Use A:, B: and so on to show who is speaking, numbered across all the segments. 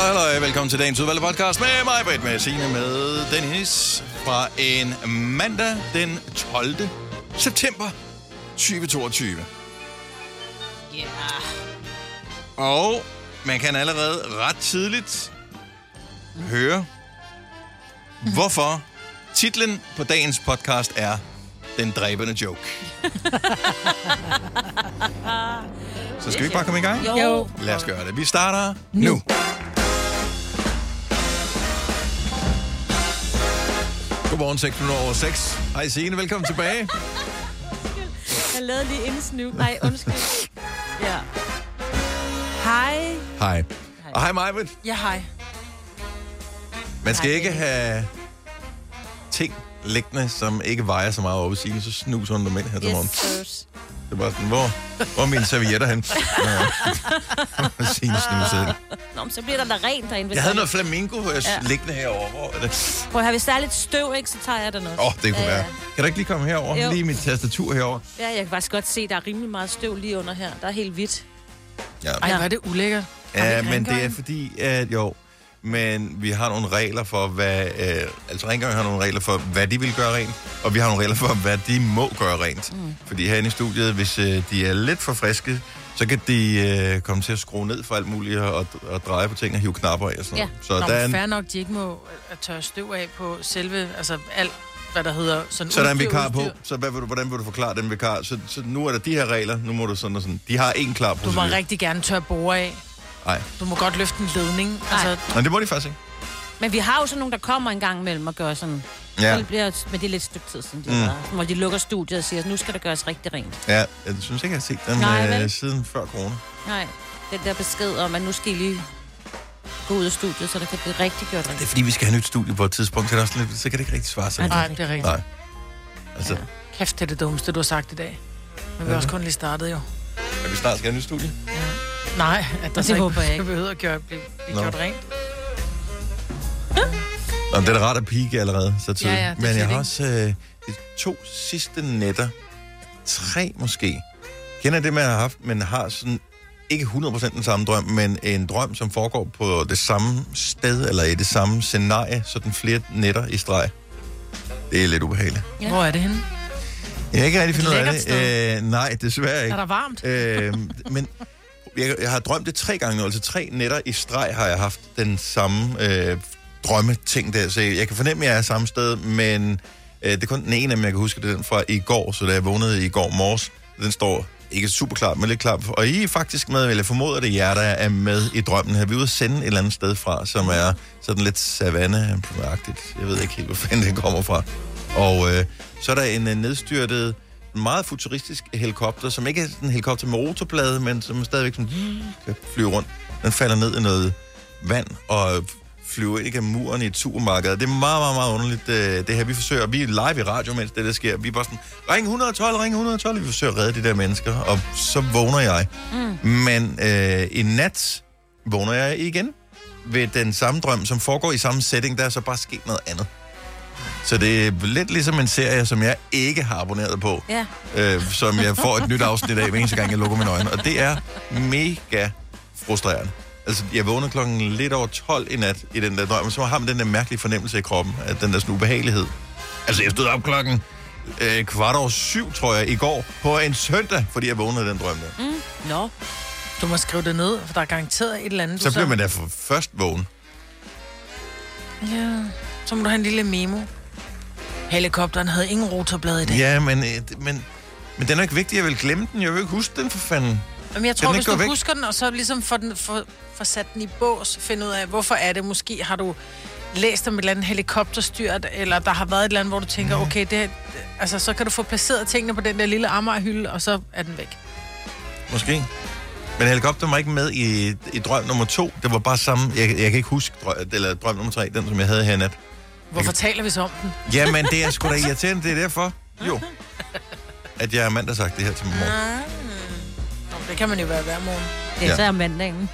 A: Hallo, velkommen til dagens udvalgte podcast med mig, Britt, med Signe, med Dennis, fra en mandag den 12. september 2022.
B: Ja. Yeah.
A: Og man kan allerede ret tidligt høre, hvorfor titlen på dagens podcast er Den dræbende joke. Så skal vi ikke bare komme i gang?
B: Jo.
A: Lad os gøre det. Vi starter nu. Godmorgen, 6:06. Hej Signe, velkommen tilbage.
B: Jeg lavede lige indsnug. Nej, undskyld. Ja. Hej.
A: Hej. Og hej Majbrit.
C: Ja, hej.
A: Man skal
B: Hej,
A: ikke
B: Dennis.
A: have ting liggende, som ikke vejer så meget over Signe, så snuser hun dem ind her til morgen.
B: Yes.
A: Det er bare sådan, hvor er mine servietter hen? Signe snuser ind.
B: Nå, men så bliver der da rent derinde.
A: Jeg havde noget flamingo liggende herovre. Hvor er det?
B: Prøv at have, hvis der er lidt støv, ikke, så tager jeg den også.
A: Det kunne være. Kan du ikke lige komme herover?
B: Jo.
A: Lige mit tastatur herover.
B: Ja, jeg kan faktisk godt se, at der er rimelig meget støv lige under her. Der er helt hvidt.
A: Ja.
C: Ej, hvor er det ulækkert.
A: Ja, men det er fordi, at men vi har nogle regler for, hvad... altså rengøring har nogle regler for, hvad de vil gøre rent, og vi har nogle regler for, hvad de må gøre rent. Fordi herinde i studiet, hvis de er lidt for friske, så kan de komme til at skrue ned for alt muligt og dreje på ting og hive knapper af og sådan noget.
B: Ja.
A: Så
C: Nå,
A: der er
C: men
A: en,
C: fair nok, de ikke må at tørre støv af på selve, altså alt, hvad der hedder sådan
A: så der er en
C: udstyr,
A: vikar på.
C: udstyr.
A: Så hvordan vil du forklare den vikar? Så nu er der de her regler, nu må du sådan og sådan. De har en klar
C: Du
A: procedure.
C: må rigtig gerne tørre bore af.
A: Nej.
C: Du må godt løfte en ledning. Altså,
A: Men det må de faktisk ikke.
B: Men vi har jo sådan nogen, der kommer en gang imellem og gør sådan...
A: Ja.
B: Det bliver, men det er lidt stykke tid siden, de har været. Hvor de lukker studiet og siger, nu skal der gøres rigtig rent.
A: Ja, jeg synes ikke, jeg har set den
B: Nej, vel?
A: siden før corona.
B: Nej, den der besked om, at nu skal I lige gå ud af studiet, så der kan blive rigtig gjort
A: Det
B: rent.
A: er fordi, vi skal have nyt studie på et tidspunkt, så, det også lidt, så kan det ikke rigtig svare sig.
C: nej, det er rigtigt.
A: Nej. Altså,
B: Ja.
C: Kæft, det er det dummeste, du har sagt i dag. Men vi har også kun lige startet, jo.
A: er vi snart skal have nyt studie?
C: Nej, at der
B: Det
C: så ikke
B: håber jeg ikke.
C: behøver at blive
A: Nå.
C: gjort rent.
A: Nå, det er da rart at pike allerede så tidligt.
C: Ja, det er
A: men jeg har
C: fedt,
A: også de 2 sidste nætter, 3 måske. Kender det, man har haft, men har sådan ikke 100% den samme drøm, men en drøm, som foregår på det samme sted, eller i det samme scenarie, sådan flere nætter i streg. Det er lidt ubehageligt.
B: Ja.
C: Hvor er det henne?
A: Jeg har ikke rigtig fundet ud af
C: lækkert
A: det. Nej, desværre ikke.
C: Er der varmt?
A: Men jeg har drømt det 3 gange nu, altså 3 nætter i streg har jeg haft den samme drømmeting der. Så jeg kan fornemme, at jeg er samme sted, men det er kun den ene af dem, jeg kan huske, det er den fra i går, så da jeg vågnede i går morges, den står ikke super klart, men lidt klart. Og I er faktisk med, eller jeg formoder det, jer, der er med i drømmen her. Vi er ude at sende et eller andet sted fra, som er sådan lidt savanne-agtigt. Jeg ved ikke helt, hvor fanden det kommer fra. Og så er der en nedstyrtet, meget futuristisk helikopter, som ikke er sådan en helikopter med rotorblade, men som stadigvæk sådan, kan flyve rundt. Den falder ned i noget vand og flyver ind igennem muren i et supermarked. Det er meget, meget, meget underligt, det her. Vi forsøger, vi er live i radio, mens det der sker. Vi er bare sådan, ring 112, ring 112. Vi forsøger at redde de der mennesker, og så vågner jeg. Men i nat vågner jeg igen ved den samme drøm, som foregår i samme setting. Der er så bare sket noget andet. Så det er lidt ligesom en serie, som jeg ikke har abonneret på.
B: Ja.
A: Som jeg får et nyt afsnit af hver eneste gang, jeg lukker mine øjne. Og det er mega frustrerende. Altså, jeg vågnede klokken lidt over 12 i nat i den der drøm, og så har man den der mærkelige fornemmelse i kroppen, at den der sådan ubehagelighed. Altså, jeg stod op klokken 7:15, tror jeg, i går, på en søndag, fordi jeg vågnede den drøm der.
B: Nå.
C: Du må skrive det ned, for der er garanteret et eller andet.
A: Så bliver man da først vågen.
C: Ja, så må du have en lille memo. Helikopteren havde ingen rotorblad i dag.
A: Ja, men den er ikke vigtig, jeg vil glemme den. Jeg vil ikke huske den for fanden.
C: Men jeg tror,
A: den
C: hvis
A: ikke
C: du
A: gå væk?
C: husker den, og så ligesom får sat den i bås, finde ud af, hvorfor er det måske, har du læst om et eller andet helikopterstyrt, eller der har været et eller andet, hvor du tænker, okay, altså, så kan du få placeret tingene på den der lille Amager-hylde, og så er den væk.
A: Måske. Men helikopteren var ikke med i drøm nummer 2. Det var bare samme. Jeg kan ikke huske drøm nummer 3, den som jeg havde her i nat.
C: Hvorfor taler vi så om den?
A: Jamen, det er sgu da irriterende. Det er derfor. Jo. At jeg har mandagsagt det her til morgen.
C: Nå, det kan man jo være hver morgen.
B: Det er så om mandagen.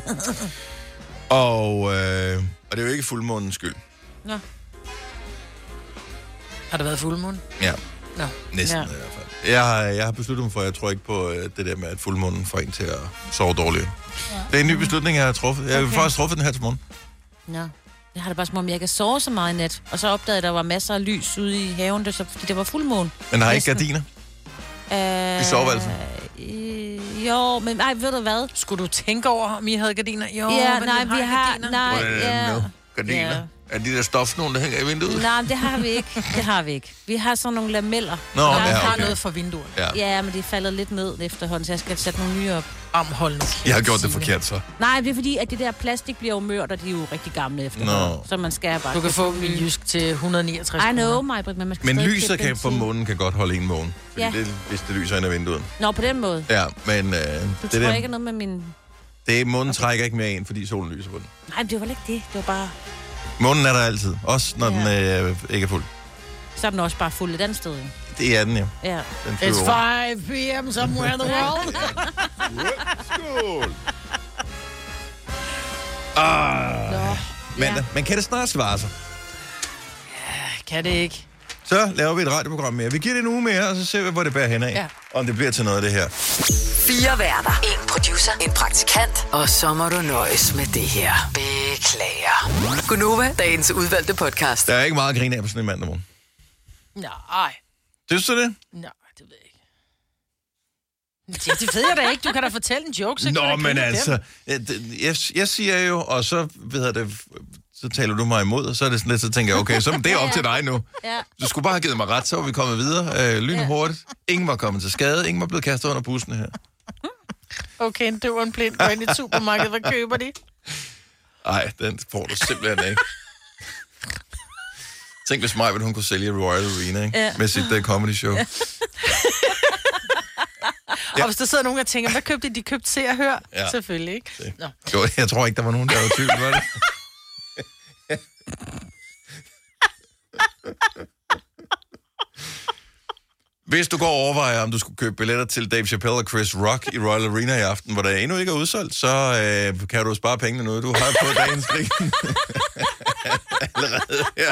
A: Og det er jo ikke fuldmånens skyld.
B: Nå.
C: Har der været fuldmåne?
A: Ja,
C: Nå.
A: næsten
B: Ja.
A: i hvert fald. Jeg har besluttet mig for, at jeg tror ikke på det der med, at fuldmånen får en til at sove dårligt. Ja. Det er en ny beslutning, jeg har truffet. Jeg vil faktisk truffet den her til morgen.
B: Nå. Jeg har det bare som om, jeg kan sove så meget i nat. Og så opdagede jeg, at der var masser af lys ude i haven, fordi der var fuldmåne.
A: Men har I ikke gardiner? I soveværelsen?
B: Jo, men ved du hvad?
C: Skulle du tænke over, om I havde gardiner? Jo,
B: ja,
C: men
B: nej, vi har...
C: gardiner.
B: Nej,
A: gardiner? Ja. Er de der stofnogen, der hænger i vinduet?
B: Nej, det har vi ikke. Det har vi ikke. Vi har sådan nogle lameller.
A: Nå, ja, okay.
C: har noget for vinduerne.
B: Ja, men de er faldet lidt ned efterhånden, så jeg skal sætte nogle nye op.
A: Jeg har gjort det forkert, så.
B: Nej, det er fordi, at det der plastik bliver jo mørt, og de er jo rigtig gamle efterhånden. Så man skal bare...
C: Du kan få en jysk til 169
B: I know, Maj-Brit, men man skal
A: men lyset kan på månen kan godt holde en måne. Ja. Hvis det lyser ind ad vinduet.
B: Nå, på den måde.
A: Ja, men...
B: du
A: det
B: tror ikke noget med min...
A: Månen trækker ikke mere ind, fordi solen lyser på den.
B: Nej, men det var ikke det. Det var bare...
A: Månen er der altid. Også når den ikke er fuld.
B: Så er den også bare fuld et andet sted.
A: Det er den, ja.
B: Ja.
C: It's 5 p.m. somewhere in the world.
A: Skål! Mandag. Men kan det snart svare sig?
C: Ja, kan det ikke.
A: Så laver vi et radioprogram mere. Vi giver det en uge mere, og så ser vi, hvor det bærer hen af. Ja. Om det bliver til noget af det her.
D: 4 værter. 1 producer. En praktikant. Og så må du nøjes med det her. Beklager. Gunova, dagens udvalgte podcast.
A: Der er ikke meget at grine af på sådan en mandag morgen.
C: Nej.
A: Synes du det?
C: Nej, det ved jeg ikke. Ja, det ved jeg da ikke. Du kan da fortælle en joke, så
A: nå, men altså, jeg siger jo, og så så taler du mig imod, og så er det sådan lidt, så tænker jeg, okay, så det er op til dig nu. Ja. Du skulle bare have givet mig ret, så var vi kommet videre lynhurtigt. Ingen var kommet til skade, ingen var blevet kastet under bussen her.
C: Okay, en døv og en blind går ind i et supermarked, hvad køber de?
A: Nej, den får du simpelthen ikke. Tænk, hvis Maj, hun kunne sælge Royal Arena, ikke? Ja. Med sit comedy show. Ja.
C: Og hvis der sidder nogen, der tænker, hvad købte de? De købte Se og Hør. Ja. Selvfølgelig ikke.
A: Jo, jeg tror ikke, der var nogen, der var tvivl, var det? Hvis du går og overvejer, om du skulle købe billetter til Dave Chappelle og Chris Rock i Royal Arena i aften, hvor der endnu ikke er udsolgt, så kan du spare pengene nu. Du har på dagens slik. Allerede her.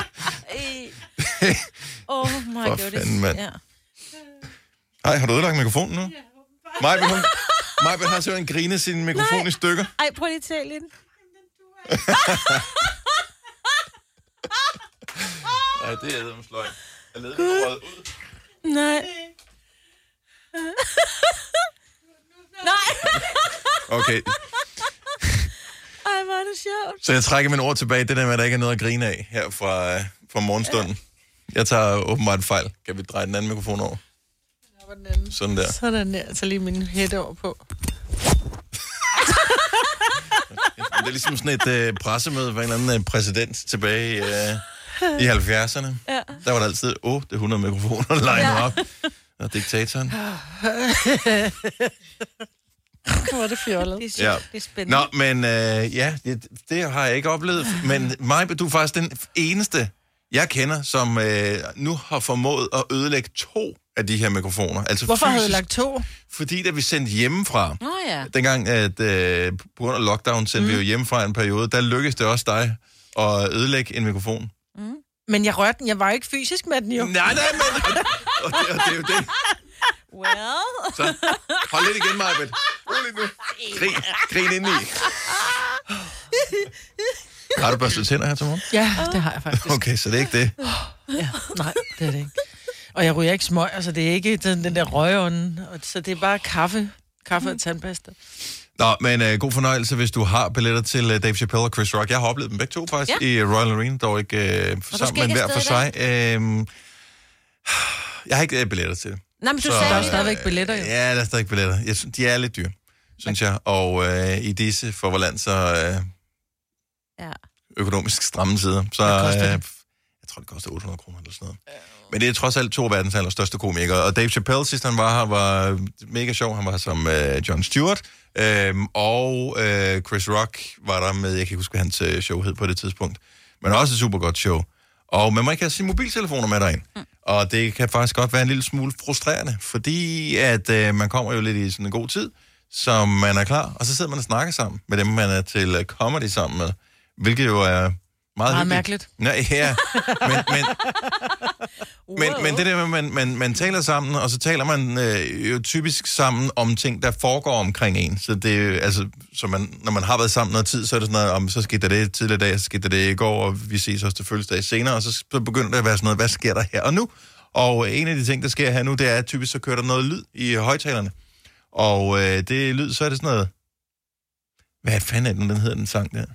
B: Oh my god.
A: Fanden, mand. Ja. Ej, har du ødelagt mikrofonen nu? Maj-Brit har simpelthen grinet sin mikrofon i stykker.
B: Ej, prøv lige at tale lidt.
A: Nej, det er eddermsløgn. Er ledningen røget ud?
B: Nej. Nej.
A: Okay.
B: Ej, hvor er det sjovt.
A: Så jeg trækker mine ord tilbage. Det der med, at der ikke er noget at grine af her fra morgenstunden. Jeg tager åbenbart fejl. Kan vi dreje den anden mikrofon over? Sådan der.
C: Sådan der. Så lige min hætte over på.
A: Det er ligesom sådan et pressemøde for en eller anden præsident tilbage i 70'erne. Ja. Der var der altid 800 mikrofoner legnet op. Og diktatoren.
C: Hvor er det fjollet.
B: Det er sjovt, det er spændende.
A: Nå, men det har jeg ikke oplevet. Men Maj, du er faktisk den eneste, jeg kender, som nu har formået at ødelægge 2 af de her mikrofoner. Altså
C: hvorfor har du lagt 2?
A: Fordi da vi sendte hjemmefra,
B: ja.
A: Dengang at på grund af lockdown sendte vi jo hjemmefra en periode, der lykkedes det også dig at ødelægge en mikrofon.
C: Men jeg rørte den, jeg var ikke fysisk med den jo.
A: Nej, men... og det er jo det.
B: Well...
A: Så hold lidt igen, Maj-Brit. Rolig nu. Grin indeni. Har du børstet tænder her til morgen?
C: Ja, det har jeg faktisk.
A: Okay, så det er ikke det?
C: Ja, nej, det er det ikke. Og jeg ryger ikke smøg, altså det er ikke den der røgeånden. Så det er bare kaffe og tandpasta.
A: Nå, men god fornøjelse, hvis du har billetter til Dave Chappelle og Chris Rock. Jeg har oplevet dem begge 2 faktisk i Royal Arena, dog ikke sammen, men hver for sig. Jeg har ikke billetter til det.
B: Nej, men du
C: sagde der er stadigvæk billetter, jo.
A: Ja, der er stadigvæk billetter. De er lidt dyre, synes jeg. Og i disse for hvor land så økonomisk stramme sider, så jeg tror, det koster 800 kroner eller sådan noget. Men det er trods alt 2 af verdens allerstørste komikere. Og Dave Chappelle, sidst han var her, var mega sjov. Han var her som Jon Stewart. Og Chris Rock var der med, jeg kan ikke huske, hvad hans show hed på det tidspunkt. Men også et super godt show. Og man må ikke have sine mobiltelefoner med derind. Og det kan faktisk godt være en lille smule frustrerende, fordi at man kommer jo lidt i sådan en god tid, som man er klar, og så sidder man og snakker sammen med dem, man er til comedy sammen med. Hvilket jo er Meget
C: mærkeligt.
A: Ja, men det der med, man taler sammen, og så taler man jo typisk sammen om ting, der foregår omkring en. Så det er altså, når man har været sammen noget tid, så er det sådan noget, så skete der det tidligere dag, så skete der det i går, og vi ses også til fødselsdag senere, og så begynder det at være sådan noget, hvad sker der her og nu? Og en af de ting, der sker her nu, det er, at typisk så kører der noget lyd i højtalerne. Og det lyd, så er det sådan noget, hvad fanden er det nu, den hedder, den sang der?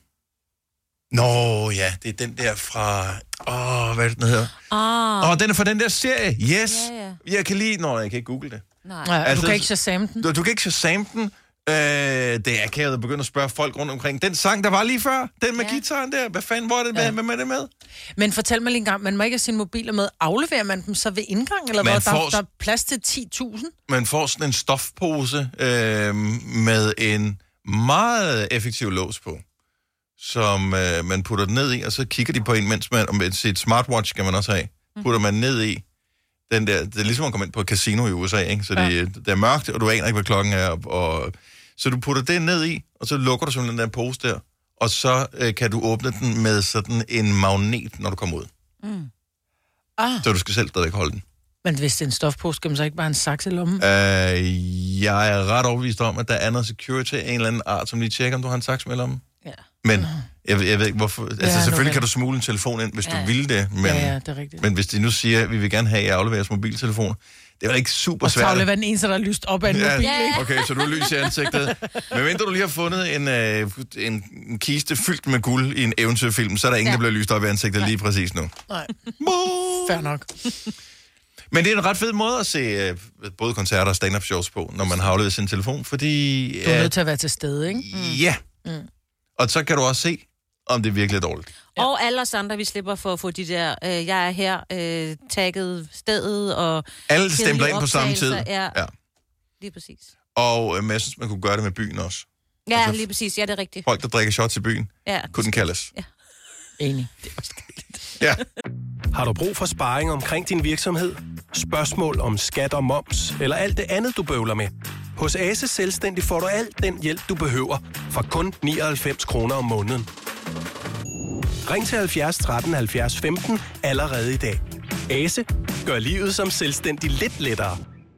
A: Nå, ja, det er den der fra... hvad er det, den hedder? Den er fra den der serie. Yes. Yeah. Jeg kan lige... Nå, jeg kan ikke google det.
C: Nej, altså, du kan ikke shazame den.
A: Du kan ikke shazame den. Det er akavet at begynde at spørge folk rundt omkring. Den sang, der var lige før, den med guitaren der, hvad fanden, hvor er det med? Hvem er det med?
C: Men fortæl mig lige en gang, man må ikke have sine mobiler med. Afleverer man dem så ved indgang, eller hvad? Der er plads til 10.000?
A: Man får sådan en stofpose med en meget effektiv lås på, som man putter den ned i, og så kigger de på en, mens man, med sit smartwatch kan man også have, putter man ned i den der, det er ligesom at komme ind på et casino i USA, ikke? Så det er mørkt, og du aner ikke, hvad klokken er, og så du putter det ned i, og så lukker du simpelthen den der pose der, og så kan du åbne den med sådan en magnet, når du kommer ud. Så du skal selv stadig holde den.
C: Men hvis det er en stofpose, skal man så ikke bare en saks i lommen?
A: Jeg er ret overbevist om, at der er noget security af en eller anden art, som lige tjekker, om du har en saks med lommen. Ja. Men jeg ved ikke, hvorfor... Altså, selvfølgelig kan du smule en telefon ind, hvis du vil det. Men,
C: det er rigtigt.
A: Men hvis de nu siger, at vi vil gerne have, at I afleverer jeres mobiltelefon, det er jo ikke super svært.
C: Og tavle var den eneste, der er lyst op af en mobil, ikke?
A: Okay, så du har lys i ansigtet. Men mindre du lige har fundet en kiste fyldt med guld i en eventyrfilm, så er der ingen, der bliver lyst op i ansigtet lige præcis nu.
C: Nej. Fair nok.
A: Men det er en ret fed måde at se både koncerter og stand-up shows på, når man har afleveret sin telefon, fordi...
C: Du er nødt til at være til stede, ikke?
A: Ja. Og så kan du også se, om det er virkelig dårligt.
B: Ja. Og alle os andre, vi slipper for at få de der, jeg er her, tagget stedet, og...
A: Alle stempler ind på samme tid.
B: Ja, lige præcis.
A: Og jeg synes, man kunne gøre det med byen også.
B: Ja, altså, lige præcis. Ja, det er rigtigt.
A: Folk, der drikker shots i byen, kunne den kaldes.
B: Ja.
C: Enig.
B: Det var skægt.
A: Ja.
E: Har du brug for sparring omkring din virksomhed? Spørgsmål om skat og moms, eller alt det andet, du bøvler med? Hos Ase Selvstændig får du alt den hjælp, du behøver, for kun 99 kroner om måneden. Ring til 70 13 70 15 allerede i dag. Ase gør livet som selvstændig lidt lettere.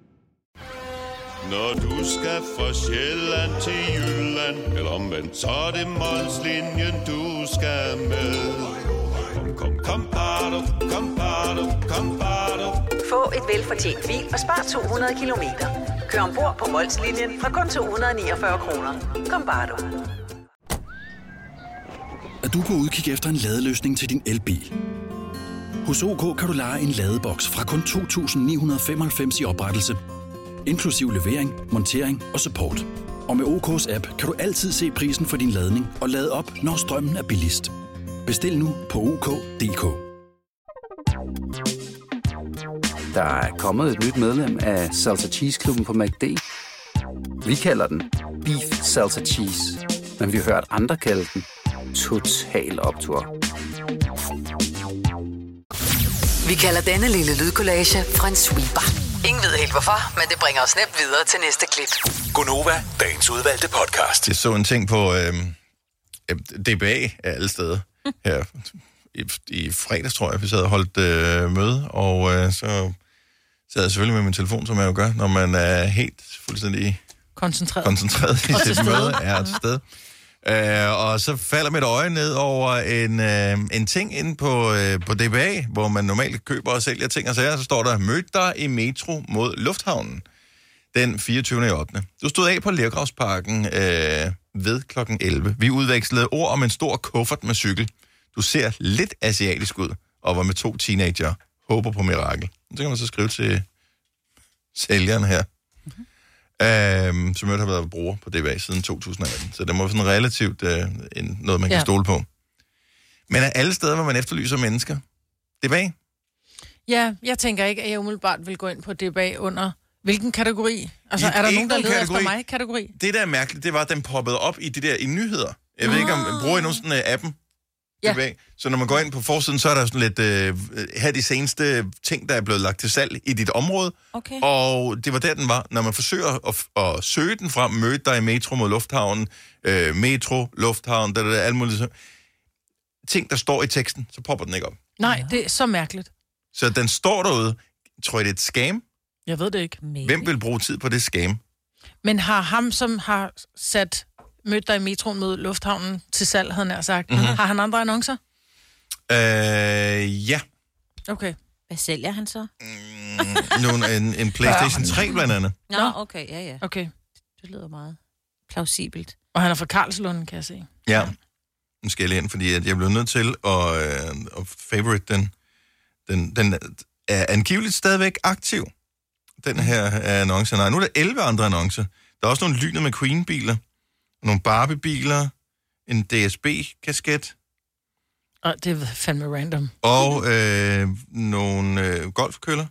F: Når du skal fra Sjælland til Jylland, eller omvendt, så er det Molslinjen, du skal med. Kom, bado, kom, bado.
D: Få et velfortjent bil og spar 200 kilometer. Kør ombord på Molslinjen fra kun 249 kroner. Kom, bado.
G: Er du på udkig efter en ladeløsning til din elbil? Hos OK kan du leje en ladeboks fra kun 2.995 i oprettelse, inklusiv levering, montering og support. Og med OK's app kan du altid se prisen for din ladning og lade op, når strømmen er billigst. Bestil nu på OK.dk.
H: Der er kommet et nyt medlem af Salsa Cheese Klubben på McD. Vi kalder den Beef Salsa Cheese, men vi har hørt andre kalde den Total Optur.
D: Vi kalder denne lille lydkollage en sweeper. Ingen ved helt hvorfor, men det bringer os nemt videre til næste klip.
E: Gonova, dagens udvalgte podcast.
A: Jeg så en ting på DBA af alle steder her i fredags, tror jeg, vi sad og holdt møde, og så sad jeg selvfølgelig med min telefon, som jeg jo gør, når man er helt fuldstændig koncentreret i sit møde, er til stede. Og så falder mit øje ned over en ting inde på DBA, hvor man normalt køber og sælger ting og sager, så står der, mød dig i metro mod lufthavnen den 24. 8. Du stod af på Lergravsparken ved klokken 11. Vi udvekslede ord om en stor kuffert med cykel. Du ser lidt asiatisk ud, og var med 2 teenager. Håber på mirakel. Så kan man så skrive til sælgeren her. Som jo har været bruger på DBA siden 2018. Så det må være sådan relativt noget, man kan stole på. Men er alle steder, hvor man efterlyser mennesker? DBA?
C: Ja, jeg tænker ikke, at jeg umiddelbart vil gå ind på DBA under hvilken kategori? Altså, er der nogen, der leder efter mig kategori?
A: Det, der er mærkeligt, det var, at den poppede op i det der i nyheder. Jeg ved ikke, om bruger I nogen sådan appen? Ja. DBA? Så når man går ind på forsiden, så er der sådan lidt her de seneste ting, der er blevet lagt til salg i dit område.
B: Okay.
A: Og det var der, den var. Når man forsøger at søge den frem, møde dig i metro mod lufthavnen, metro, lufthavn, alt muligt. ting, der står i teksten, så popper den ikke op.
C: Nej, det er så mærkeligt.
A: Så den står derude. Tror I, det er et scam?
C: Jeg ved det ikke.
A: Hvem vil bruge tid på det scam?
C: Men har ham, som har mødt dig i metroen mod lufthavnen til salg, havde han sagt, har han andre annoncer?
A: Ja.
C: Okay.
B: Hvad sælger han så?
A: En PlayStation 3 blandt andet.
B: Nå, okay, ja.
C: Okay.
B: Det lyder meget plausibelt.
C: Og han er fra Karlslund, kan jeg se.
A: Ja. Nu skal jeg lige ind, fordi jeg blev nødt til at favorite den. Den er angiveligt stadigvæk aktiv, den her annonce. Nej, nu er der 11 andre annoncer. Der er også nogle Lynet McQueen-biler, nogle Barbie-biler, en DSB-kasket.
C: Og det er fandme random.
A: Og nogle golfkøller.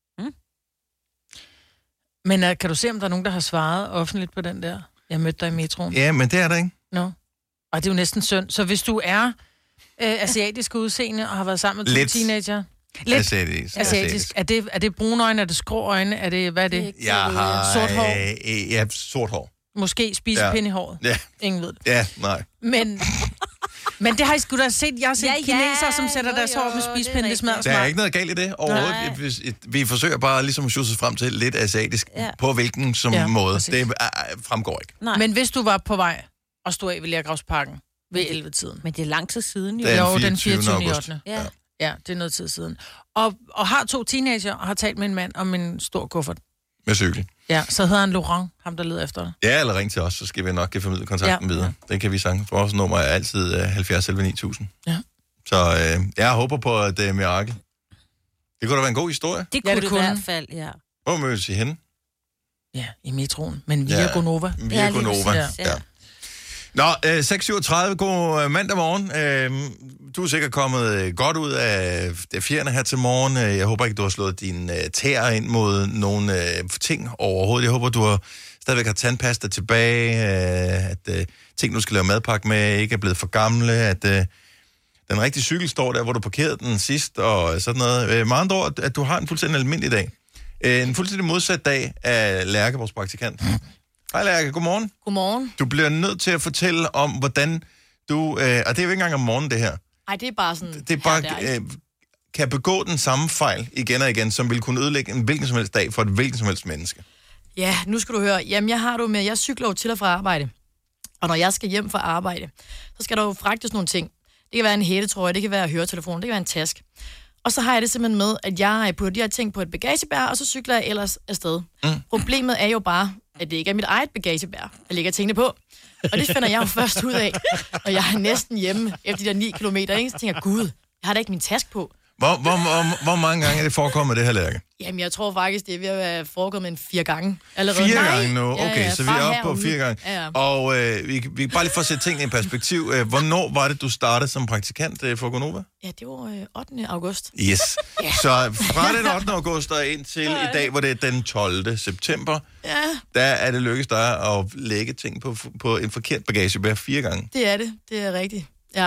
C: Men kan du se, om der er nogen, der har svaret offentligt på den der? Jeg mødte dig i metroen.
A: Ja, men det er der ikke.
C: Nå. Og det er jo næsten synd. Så hvis du er asiatisk udseende og har været sammen med to teenager... Lidt asiatisk. Er det brune øjne? Er det skrå øjne? Er det, hvad er det?
A: Jeg har...
C: Sort hår?
A: Ja, sort hår.
C: Måske spisepind i håret?
A: Ja.
C: Ingen ved det.
A: Ja, nej.
C: Men det har I sgu da set. Jeg har set kinesere, som sætter deres hår med spisepind. Det smager smart.
A: Der er ikke noget galt i det overhovedet. Vi forsøger bare ligesom at sjusse frem til lidt asiatisk på hvilken måde. Præcis. Det fremgår ikke.
C: Nej. Men hvis du var på vej og stod af ved Lergravsparken ved 11-tiden.
B: Men det er lang tid siden jo.
C: Den 24. august. Ja, det er noget tid siden. Og har 2 teenager og har talt med en mand om en stor kuffert.
A: Med cykel.
C: Ja, så hedder han Laurent, ham der leder efter dig.
A: Ja, eller ring til os, så skal vi nok give formidlet kontakten videre. Det kan vi sagtens. Vores nummer er altid 70 11 9000. Ja. Så jeg håber på, at det er mirakel. Det kunne da være en god historie.
B: Det kunne det i hvert fald, ja.
A: Hvor mødes I henne?
C: Ja, i metroen, men via Gonova.
A: Via Gonova, ja. Nå, 6:37, god mandag morgen. Du er sikkert kommet godt ud af det fjerne her til morgen. Jeg håber ikke, du har slået dine tæer ind mod nogle ting overhovedet. Jeg håber, du stadigvæk har tandpasta tilbage, at ting, du skal lave madpakke med, ikke er blevet for gamle, at den rigtige cykel står der, hvor du parkerede den sidst, og sådan noget. Med andre ord, at du har en fuldstændig almindelig dag. En fuldstændig modsat dag af Lærke, vores praktikant. Hej Lærke, godmorgen.
I: Godmorgen.
A: Du bliver nødt til at fortælle om, hvordan du... og det er jo ikke engang om morgenen, det her.
I: Nej, det er bare sådan...
A: Det er bare... kan begå den samme fejl igen og igen, som vil kunne ødelægge en hvilken som helst dag for et hvilken som helst menneske.
I: Ja, nu skal du høre. Jamen, jeg cykler jo til og fra arbejde. Og når jeg skal hjem fra arbejde, så skal der jo fragtes nogle ting. Det kan være en hættetrøje, det kan være høretelefon, det kan være en task. Og så har jeg det simpelthen med, at jeg putter de her ting på et bagagebær, og så cykler jeg ellers afsted. Problemet er jo bare, at det ikke er mit eget bagagebær, jeg lægger tingene på. Og det finder jeg jo først ud af, og jeg er næsten hjemme efter de der 9 kilometer. Ikke? Så tænker jeg, gud, jeg har da ikke min task på.
A: Hvor mange gange er det forekommet, det her, Lærke?
I: Jamen, jeg tror faktisk, det er ved at være forekommet en 4 gange allerede.
A: 4 gange nu? Okay, så vi er oppe på 4 gange.
I: Ja.
A: Og vi bare lige for at sætte tingene i perspektiv. Hvornår var det, du startede som praktikant for Gonova?
I: Ja, det var 8. august.
A: Yes. Så fra den 8. august og ind til i dag, hvor det er den 12. september, der er det lykkedes dig at lægge ting på en forkert bagagebær 4 gange.
I: Det er det. Det er rigtigt. Ja.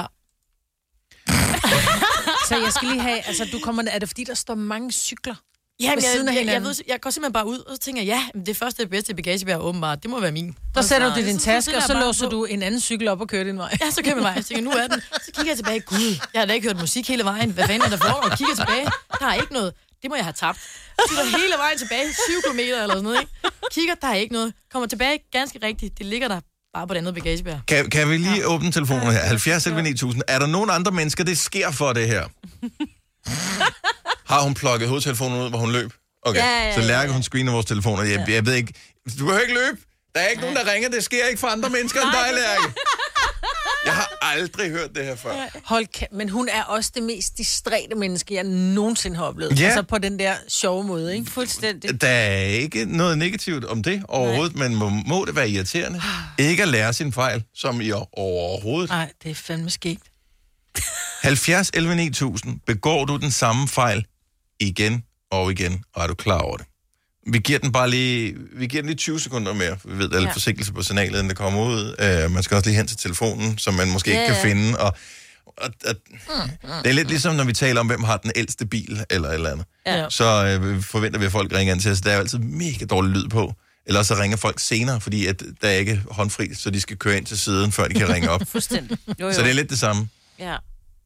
C: Så jeg skal lige have, altså du kommer, er det fordi, der står mange cykler?
I: Jamen, jeg går simpelthen bare ud, og så tænker jeg, det første det bedste bagagebær åbenbart, det må være min.
C: Så sætter du det i din taske, og så låser du en anden cykel op og kører din vej.
I: Ja, så kører min vej. Jeg tænker, nu er den. Så kigger jeg tilbage, gud, jeg har da ikke hørt musik hele vejen. Hvad fanden er der for? Og kigger tilbage, der er ikke noget. Det må jeg have tabt. Så hele vejen tilbage, 7 kilometer eller sådan noget, ikke? Kigger, der er ikke noget. Kommer tilbage, ganske rigtigt. Det ligger der bare på det andet bagagebær.
A: Kan vi lige åbne telefonen her? 70 11 9000. Er der nogen andre mennesker, det sker for det her? Har hun plukket hovedtelefonen ud, hvor hun løb? Okay, så Lærke, hun screener vores telefoner. Jeg ved ikke, du behøver ikke løbe. Der er ikke nogen, der ringer. Det sker ikke for andre mennesker end dig, Lærke. Jeg har aldrig hørt det her før.
C: Men hun er også det mest distræte menneske, jeg nogensinde har oplevet. Altså på den der sjove måde, ikke?
B: Fuldstændig.
A: Der er ikke noget negativt om det overhovedet, men må det være irriterende ikke at lære sin fejl, som i overhovedet.
C: Nej, det er fandme skægt.
A: 70 11 9000. Begår du den samme fejl igen og igen, og er du klar over det? Vi giver den lige 20 sekunder mere. Vi ved, der er lidt forsinkelse på signalet, inden det kommer ud. Man skal også lige hen til telefonen, som man måske ikke kan finde. Og det er lidt ligesom, når vi taler om, hvem har den ældste bil, eller et eller andet. Ja. Så forventer vi, at folk ringer ind til os. Der er jo altid mega dårlig lyd på. Eller så ringer folk senere, fordi at der er ikke håndfri, så de skal køre ind til siden, før de kan ringe op.
B: Fuldstændig. Jo.
A: Så det er lidt det samme.
B: Ja.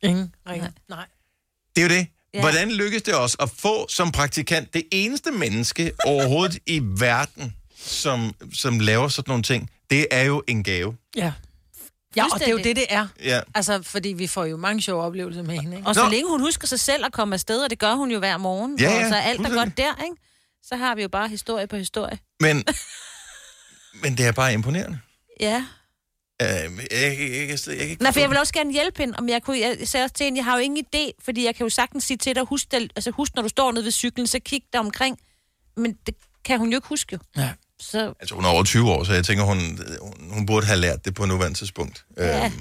C: Ingen ringe. Nej.
A: Det er jo det.
B: Ja.
A: Hvordan lykkes det os at få som praktikant det eneste menneske overhovedet i verden, som laver sådan nogle ting? Det er jo en gave.
C: Ja. Ja, og det er jo det er.
A: Ja.
C: Altså, fordi vi får jo mange sjove oplevelser med hende, ikke?
B: Og så længe hun husker sig selv at komme afsted, og det gør hun jo hver morgen,
A: Ja,
B: og så alt er godt der, ikke? Så har vi jo bare historie på historie.
A: Men det er bare imponerende.
B: Ja.
A: Jeg kan
B: Nej, for jeg vil også gerne hjælpe hende, om jeg sagde også til hende, jeg har jo ingen idé, fordi jeg kan jo sagtens sige til dig, husk når du står nede ved cyklen, så kig dig omkring. Men det kan hun jo ikke huske, jo.
C: Ja.
B: Så...
A: Altså, hun er over 20 år, så jeg tænker, hun burde have lært det på nuværende tidspunkt.
B: Ja.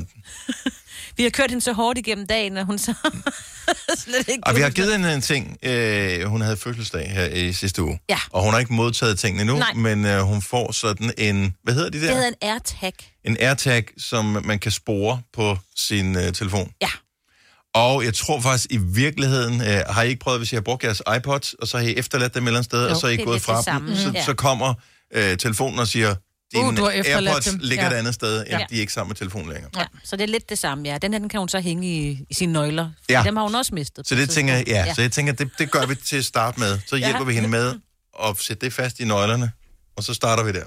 B: Vi har kørt hende så hårdt igennem dagen, og hun så slet ikke...
A: Og vi har givet hende en ting. Hun havde fødselsdag her i sidste uge.
B: Ja.
A: Og hun har ikke modtaget tingene endnu, men hun får sådan en... Hvad hedder de der?
B: Det hedder en AirTag.
A: En AirTag, som man kan spore på sin telefon.
B: Ja.
A: Og jeg tror faktisk i virkeligheden, har I ikke prøvet, hvis I har brugt jeres iPods, og så har I efterladt dem et eller andet sted, og så er I gået fra dem, så kommer telefonen og siger, dine AirPods ligger et andet sted, end de er ikke sammen med telefonen længere.
B: Ja, så det er lidt det samme, ja. Den her, den kan hun så hænge i sine nøgler.
A: Ja.
B: Dem har hun også mistet.
A: Så det tænker jeg, så jeg tænker, det gør vi til at starte med. Så hjælper vi hende med at sætte det fast i nøglerne, og så starter vi der.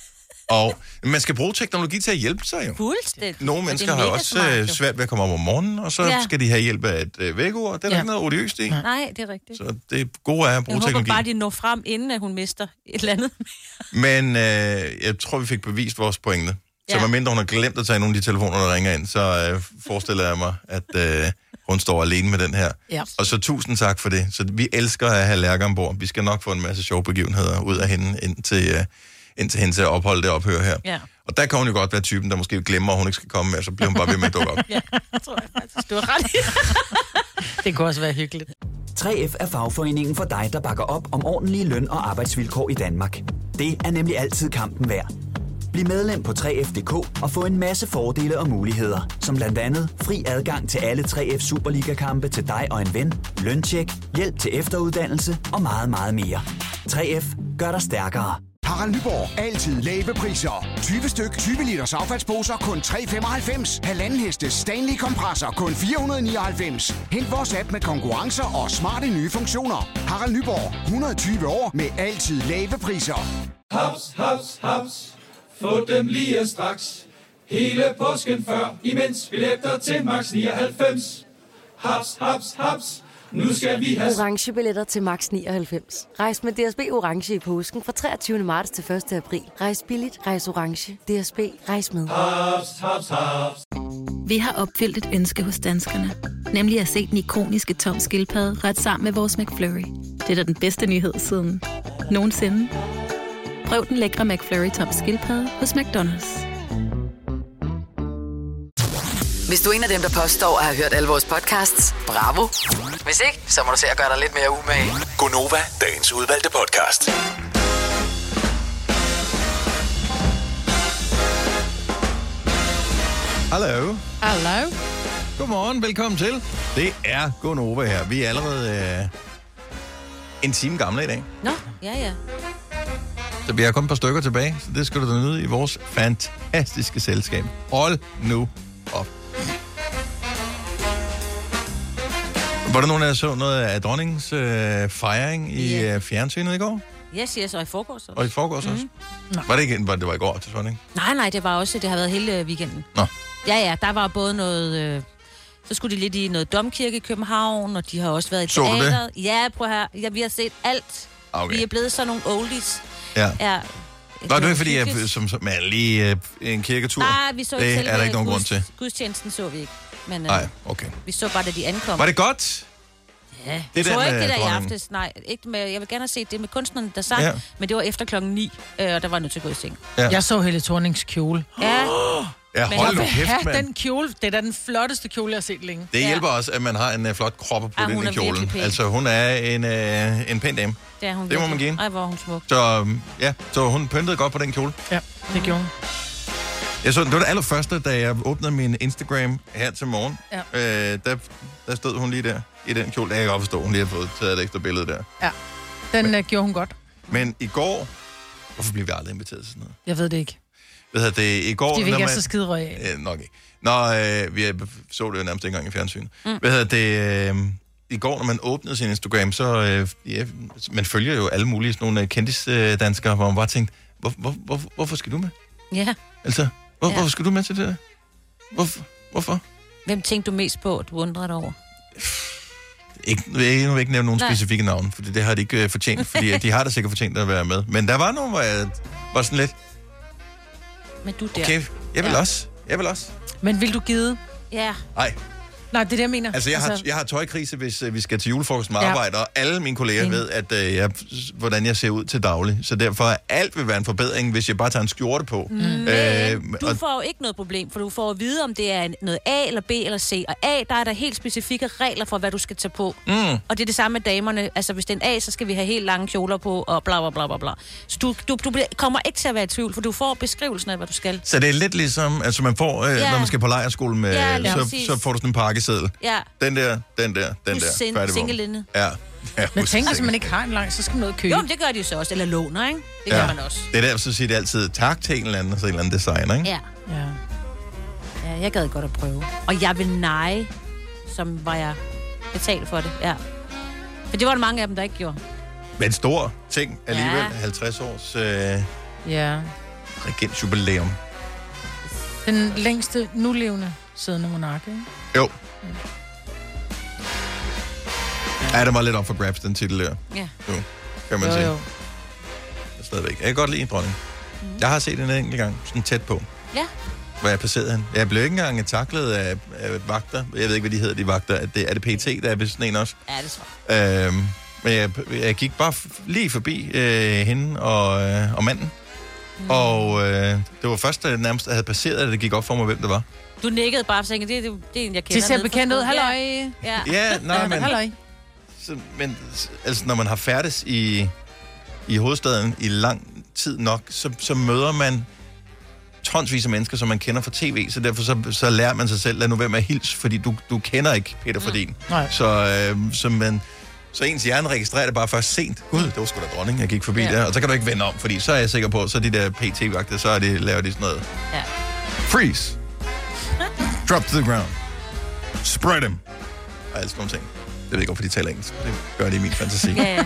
A: Og man skal bruge teknologi til at hjælpe sig jo.
B: Fuldstændig.
A: Nogle mennesker har også svært ved at komme op om morgenen, og så skal de have hjælp af et vækkeur. Det er ikke noget odiøst i.
B: Nej, det er rigtigt.
A: Så det gode er at bruge teknologi.
B: Jeg håber bare, de når frem, inden at hun mister et eller andet.
A: Men jeg tror, vi fik bevist vores pointe. Så medmindre hun har glemt at tage nogle af de telefoner, der ringer ind, så forestiller jeg mig, at hun står alene med den her. Ja. Og så 1000 tak for det. Så vi elsker at have Lærke ombord. Vi skal nok få en masse sjove begivenheder ud af hende indtil hende til at opholde det ophør her. Ja. Og der kan hun jo godt være typen, der måske glemmer, at hun ikke skal komme med, så bliver hun bare ved med at dukke op.
B: Ja, jeg tror jeg faktisk, du har ret i.
C: Det kunne også være hyggeligt.
J: 3F er fagforeningen for dig, der bakker op om ordentlige løn- og arbejdsvilkår i Danmark. Det er nemlig altid kampen værd. Bliv medlem på 3F.dk og få en masse fordele og muligheder, som blandt andet fri adgang til alle 3F Superliga-kampe til dig og en ven, løntjek, hjælp til efteruddannelse og meget, meget mere. 3F gør dig stærkere.
K: Harald Nyborg. Altid lave priser. 20 styk, 20 liters affaldsposer kun 3,95. Halvanden heste Stanley kompresser kun 499. Hent vores app med konkurrencer og smarte nye funktioner. Harald Nyborg. 120 år med altid lave priser.
L: Haps, haps, haps. Få dem lige straks. Hele påsken før, imens billetter til max 99. Haps, haps, haps. Nu skal vi have
M: orange billetter til max 99. Rejs med DSB Orange i påsken fra 23. marts til 1. april. Rejs billigt, rejs orange. DSB, rejs med.
L: Haps, haps, haps.
N: Vi har opfyldt et ønske hos danskerne. Nemlig at se den ikoniske Tom Skildpadde ret sammen med vores McFlurry. Det er da den bedste nyhed siden nogensinde. Prøv den lækre McFlurry Tom Skildpadde hos McDonald's.
D: Hvis du er en af dem, der påstår at have hørt alle vores podcasts, bravo. Hvis ikke, så må du se at gøre dig lidt mere umage.
E: Gonova, dagens udvalgte podcast.
A: Hallo.
C: Hallo.
A: Godmorgen, velkommen til. Det er Gonova her. Vi er allerede en time gamle i dag.
B: Nå, ja.
A: Så vi har kun et par stykker tilbage, så det skal du da nyde i vores fantastiske selskab. Hold nu op. Var der nogen af jer så noget af dronningens fejring i fjernsynet i går?
B: Yes, og i forgårs også.
A: Og i forgårs også? Var det ikke det var i går til sådan, ikke?
B: Nej, det var også, det har været hele weekenden.
A: Nå.
B: Ja, der var både noget... så skulle de lidt i noget domkirke i København, og de har også været i teateret.
A: Så du det?
B: Ja, prøv her. Ja, vi har set alt.
A: Okay.
B: Vi er blevet sådan nogle oldies.
A: Ja. Nå, det er ikke fordi,
B: jeg
A: som er lige en kirketur.
B: Nej, vi så ikke
A: det er der ikke nogen grund til.
B: Gudstjenesten så vi ikke. Men,
A: nej, okay.
B: Vi så bare, da de ankom.
A: Var det godt?
B: Ja, jeg tror ikke det der i aftes. Nej, ikke med, jeg vil gerne have set det med kunstnerne, der sang, men det var efter 9:00, og der var nødt til at gå i seng.
C: Ja. Jeg så Helle Thornings kjole.
B: Ja.
A: Ja, hold nu kæft, mand.
C: Den kjole, det er da den flotteste kjole, jeg har set længe.
A: Det hjælper også, at man har en flot krop at putte ind i kjolen. Altså, hun er en pæn dame. Det må man give.
B: Ej, hvor hun smuk.
A: Så hun pyntede godt på den kjole.
C: Ja, det gjorde hun.
A: Jeg så, det var det allerførste, da jeg åbnede min Instagram her til morgen. Ja. Der stod hun lige der i den kjole. Der kan jeg godt forstå, hun lige har fået taget et ekstra billede der.
C: Ja, den gjorde hun godt.
A: Men i går... Hvorfor blev vi aldrig inviteret til sådan noget?
C: Jeg ved det ikke.
A: I går...
C: De vil ikke så skide røg.
A: Nok ikke. Vi så det jo nærmest engang i fjernsynet. I går, når man åbnede sin Instagram, så man følger jo alle mulige sådan nogle kendisdanskere, hvor man bare tænkte, hvorfor skal du med?
B: Ja.
A: Altså, hvorfor skal du med til det? Hvorfor?
B: Hvem tænkte du mest på, du undrede dig over?
A: Jeg vil ikke nævne nogen specifikke navne, for det har de ikke fortjent, fordi de har da sikkert fortjent at være med. Men der var nogen, hvor jeg var sådan lidt...
B: Men du der.
A: Okay, jeg vil også.
C: Men vil du gide?
B: Ja.
C: Nej, det er det, jeg mener.
A: Altså, jeg har tøjkrise, hvis vi skal til julefrokost med arbejde, og alle mine kolleger ved, at hvordan jeg ser ud til daglig. Så derfor alt vil være en forbedring, hvis jeg bare tager en skjorte på.
B: Du får jo ikke noget problem, for du får at vide, om det er noget A, eller B, eller C. Og A, der er der helt specifikke regler for, hvad du skal tage på. Og det er det samme med damerne. Altså, hvis det er en A, så skal vi have helt lange kjoler på, og bla bla bla bla bla. Så du kommer ikke til at være i tvivl, for du får beskrivelsen af, hvad du skal.
A: Så det er lidt ligesom, altså man får, når man skal på lejrskole med, så får du sådan en pakkeseddel.
B: Ja.
A: Den der.
B: Singelinde.
A: Ja.
C: Men tænk, hvis man ikke har en lang, så skal man noget købe.
B: Jo, men det gør de så også. Eller låner, ikke? Det gør man også.
A: Det er derfor, så siger de altid tak til en eller anden, så en eller anden designer, ikke?
B: Ja, jeg gad godt at prøve. Og jeg vil neje, som var jeg betalt for det. Ja. For det var der mange af dem, der ikke gjorde.
A: Men en stor ting alligevel. 50 års regentjubilæum.
C: Den længste nulevende siddende monark, ikke?
A: Jo. Ja, det var lidt op for grabs, den titel der.
B: Ja.
A: Jo, kan man sige. Stadigvæk. Jeg kan godt lide en dronning. Jeg har set den en enkelt gang, sådan tæt på.
B: Ja.
A: Hvor jeg passerede hende. Jeg blev ikke engang taklet af vagter. Jeg ved ikke, hvad de hedder, de vagter. Er det PT, der er ved sådan en også?
B: Ja, det tror jeg.
A: Men jeg gik bare lige forbi hende og manden. Og det var først, da jeg nærmest havde passeret, at det gik op for mig, hvem det var.
B: Du nikkede bare, så det er en, jeg kender.
C: Det ser bekendt ud. Halløj.
A: Ja, nej, men...
C: Halløj.
A: Men altså, når man har færdes i hovedstaden i lang tid nok, så møder man tonsvis af mennesker, som man kender fra tv, så derfor så lærer man sig selv, lad nu være med at hilse, fordi du kender ikke Peter Fordin. Så ens hjerne registrerer det bare først sent. Gud, det var sgu da dronning, jeg gik forbi der. Og så kan du ikke vende om, fordi så er jeg sikker på, så de der PT-vagter, så laver de sådan noget.
B: Ja.
A: Freeze! Drop to the ground. Spread them! Og alt sådan nogle ting. Jeg ved ikke, hvorfor de taler engelsk. Det gør de i min fantasi.
B: Ja.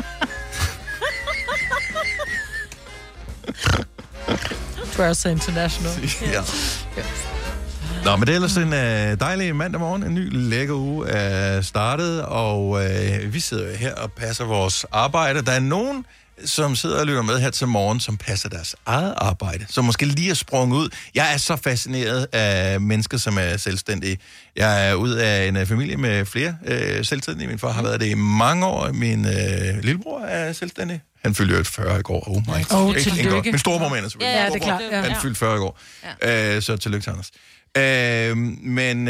C: Trust International.
A: Ja. Nå, men det er ellers en dejlig mandag morgen. En ny lækker uge er startet, og vi sidder her og passer vores arbejde. Der er nogen, som sidder og lytter med her til morgen, som passer deres eget arbejde, som måske lige er sprunget ud. Jeg er så fascineret af mennesker, som er selvstændige. Jeg er ud af en familie med flere selvstændige. Min far har været det i mange år. Min lillebror er selvstændig. Han fyldte jo 40 i går. Oh my god.
C: Tillykke.
A: Min storebror mener selvfølgelig.
C: Ja, det er klart. Ja.
A: Han fyldte 40 i går. Ja. Så tillykke til Anders. Men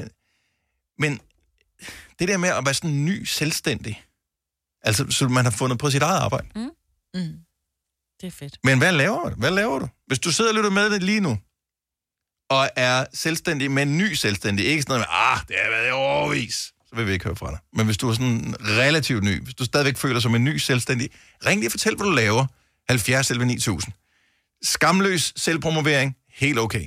A: det der med at være sådan en ny selvstændig, altså så man har fundet på sit eget arbejde.
B: Det er fedt.
A: Men hvad laver du? Hvis du sidder og lytter med det lige nu, og er selvstændig, men ny selvstændig, ikke sådan noget med, det har været i overvis, så vil vi ikke høre fra dig. Men hvis du er sådan relativt ny, hvis du stadigvæk føler som en ny selvstændig, ring lige og fortæl, hvad du laver. 70 11 9000. Skamløs selvpromovering, helt okay.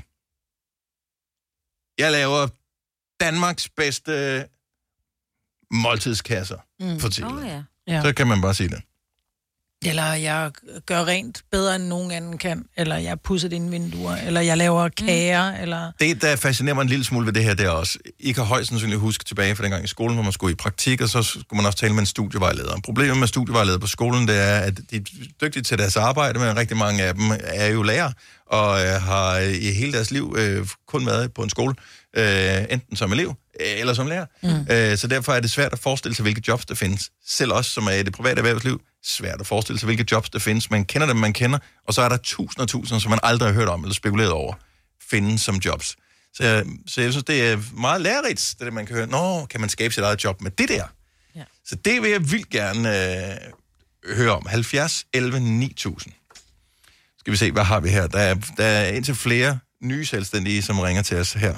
A: Jeg laver Danmarks bedste måltidskasser for tiden.
C: Ja.
A: Så kan man bare sige det.
C: Eller jeg gør rent bedre, end nogen anden kan. Eller jeg pudser dine vinduer. Eller jeg laver kager. Eller...
A: Det, der fascinerer mig en lille smule ved det her, det er også, I kan højst sandsynligt huske tilbage fra dengang i skolen, hvor man skulle i praktik, og så skulle man også tale med en studievejleder. Problemet med studievejleder på skolen, det er, at de er dygtige til deres arbejde, men rigtig mange af dem er jo lærere, og har i hele deres liv kun været på en skole, enten som elev eller som lærer. Så derfor er det svært at forestille sig, hvilke jobs der findes. Selv os, som er i det private erhvervsliv, svært at forestille sig, hvilke jobs der findes. Man kender dem, man kender, og så er der tusinder, som man aldrig har hørt om eller spekuleret over, findes som jobs. Så jeg synes, det er meget lærerigt, det man kan høre. Nå, kan man skabe sit eget job med det der? Ja. Så det vil jeg vildt gerne høre om. 70 11 9000. Skal vi se, hvad har vi her? Der er indtil flere nye selvstændige, som ringer til os her.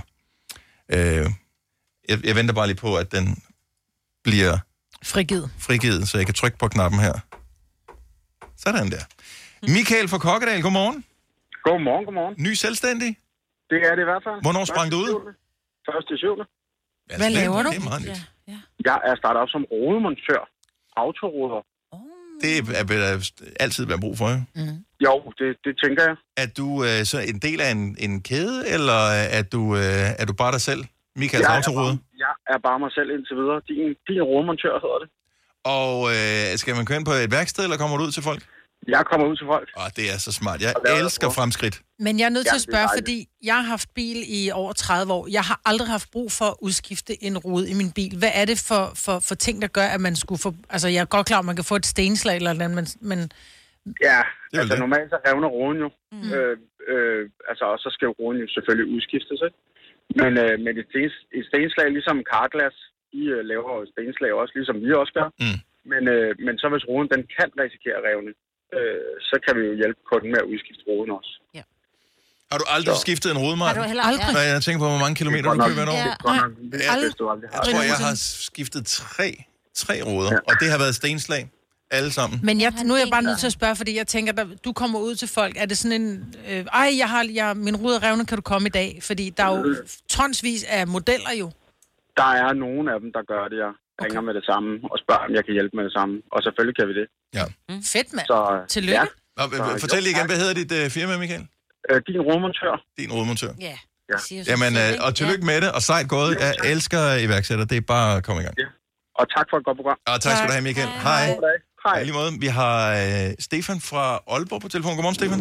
A: Jeg venter bare lige på, at den bliver frigivet, så jeg kan trykke på knappen her. Sådan der. Michael fra Kokkedal, godmorgen.
O: Godmorgen.
A: Ny selvstændig?
O: Det er det i hvert fald.
A: Hvornår sprang du ud?
O: 1.7.
C: Hvad laver du?
A: Det er meget nyt.
O: Jeg er startet op som rodemontør. Autoroder.
A: Det vil der altid være brug for, jo.
O: Jo, det tænker jeg.
A: Er du så en del af en kæde, eller er du bare dig selv? Michaels Autoruder?
O: Jeg er bare mig selv indtil videre. Din rodemontør hedder det.
A: Og skal man køre ind på et værksted, eller kommer du ud til folk?
O: Jeg kommer ud til folk.
A: Det er så smart. Jeg elsker fremskridt.
C: Men jeg er nødt til at spørge, fordi jeg har haft bil i over 30 år. Jeg har aldrig haft brug for at udskifte en rude i min bil. Hvad er det for ting, der gør, at man skulle få... Altså, jeg er godt klar, at man kan få et stenslag eller noget, men...
O: Ja, altså normalt så revner ruden jo. Og så skal ruden jo selvfølgelig udskiftes, ikke? Men et stenslag, ligesom Carglass, de laver stenslag også, ligesom vi også gør. Men så hvis ruden, den kan risikere at revne, så kan vi jo hjælpe kunden med at udskifte ruden også.
B: Ja.
A: Har du aldrig skiftet en rude, Martin?
B: Har du heller aldrig?
A: Nej, jeg tænker på, hvor mange kilometer du køber over. Jeg tror, jeg har skiftet tre ruder, og det har været stenslag. Alle sammen.
C: Men nu er jeg bare nødt til at spørge, fordi jeg tænker, du kommer ud til folk, er det sådan en, min rude er revne, kan du komme i dag? Fordi der er jo tonsvis af modeller jo.
O: Der er nogle af dem, der gør det, jeg ringer med det samme, og spørger, om jeg kan hjælpe med det samme. Og selvfølgelig kan vi det.
A: Ja.
C: Fedt, mand.
O: Tillykke.
A: Ja. Fortæl lige igen, hvad hedder dit firma, Michael?
O: Din rodemontør.
A: Din rodemontør.
C: Ja.
A: Jamen, og tillykke med det, og sejt gået. Jeg elsker iværksætter. Det er bare at komme i gang.
O: Ja. Og tak for et godt program.
A: Og tak skal du have, Michael. Hej. Hej. Lige måde. Vi har Stefan fra Aalborg på telefon. Godmorgen, Stefan.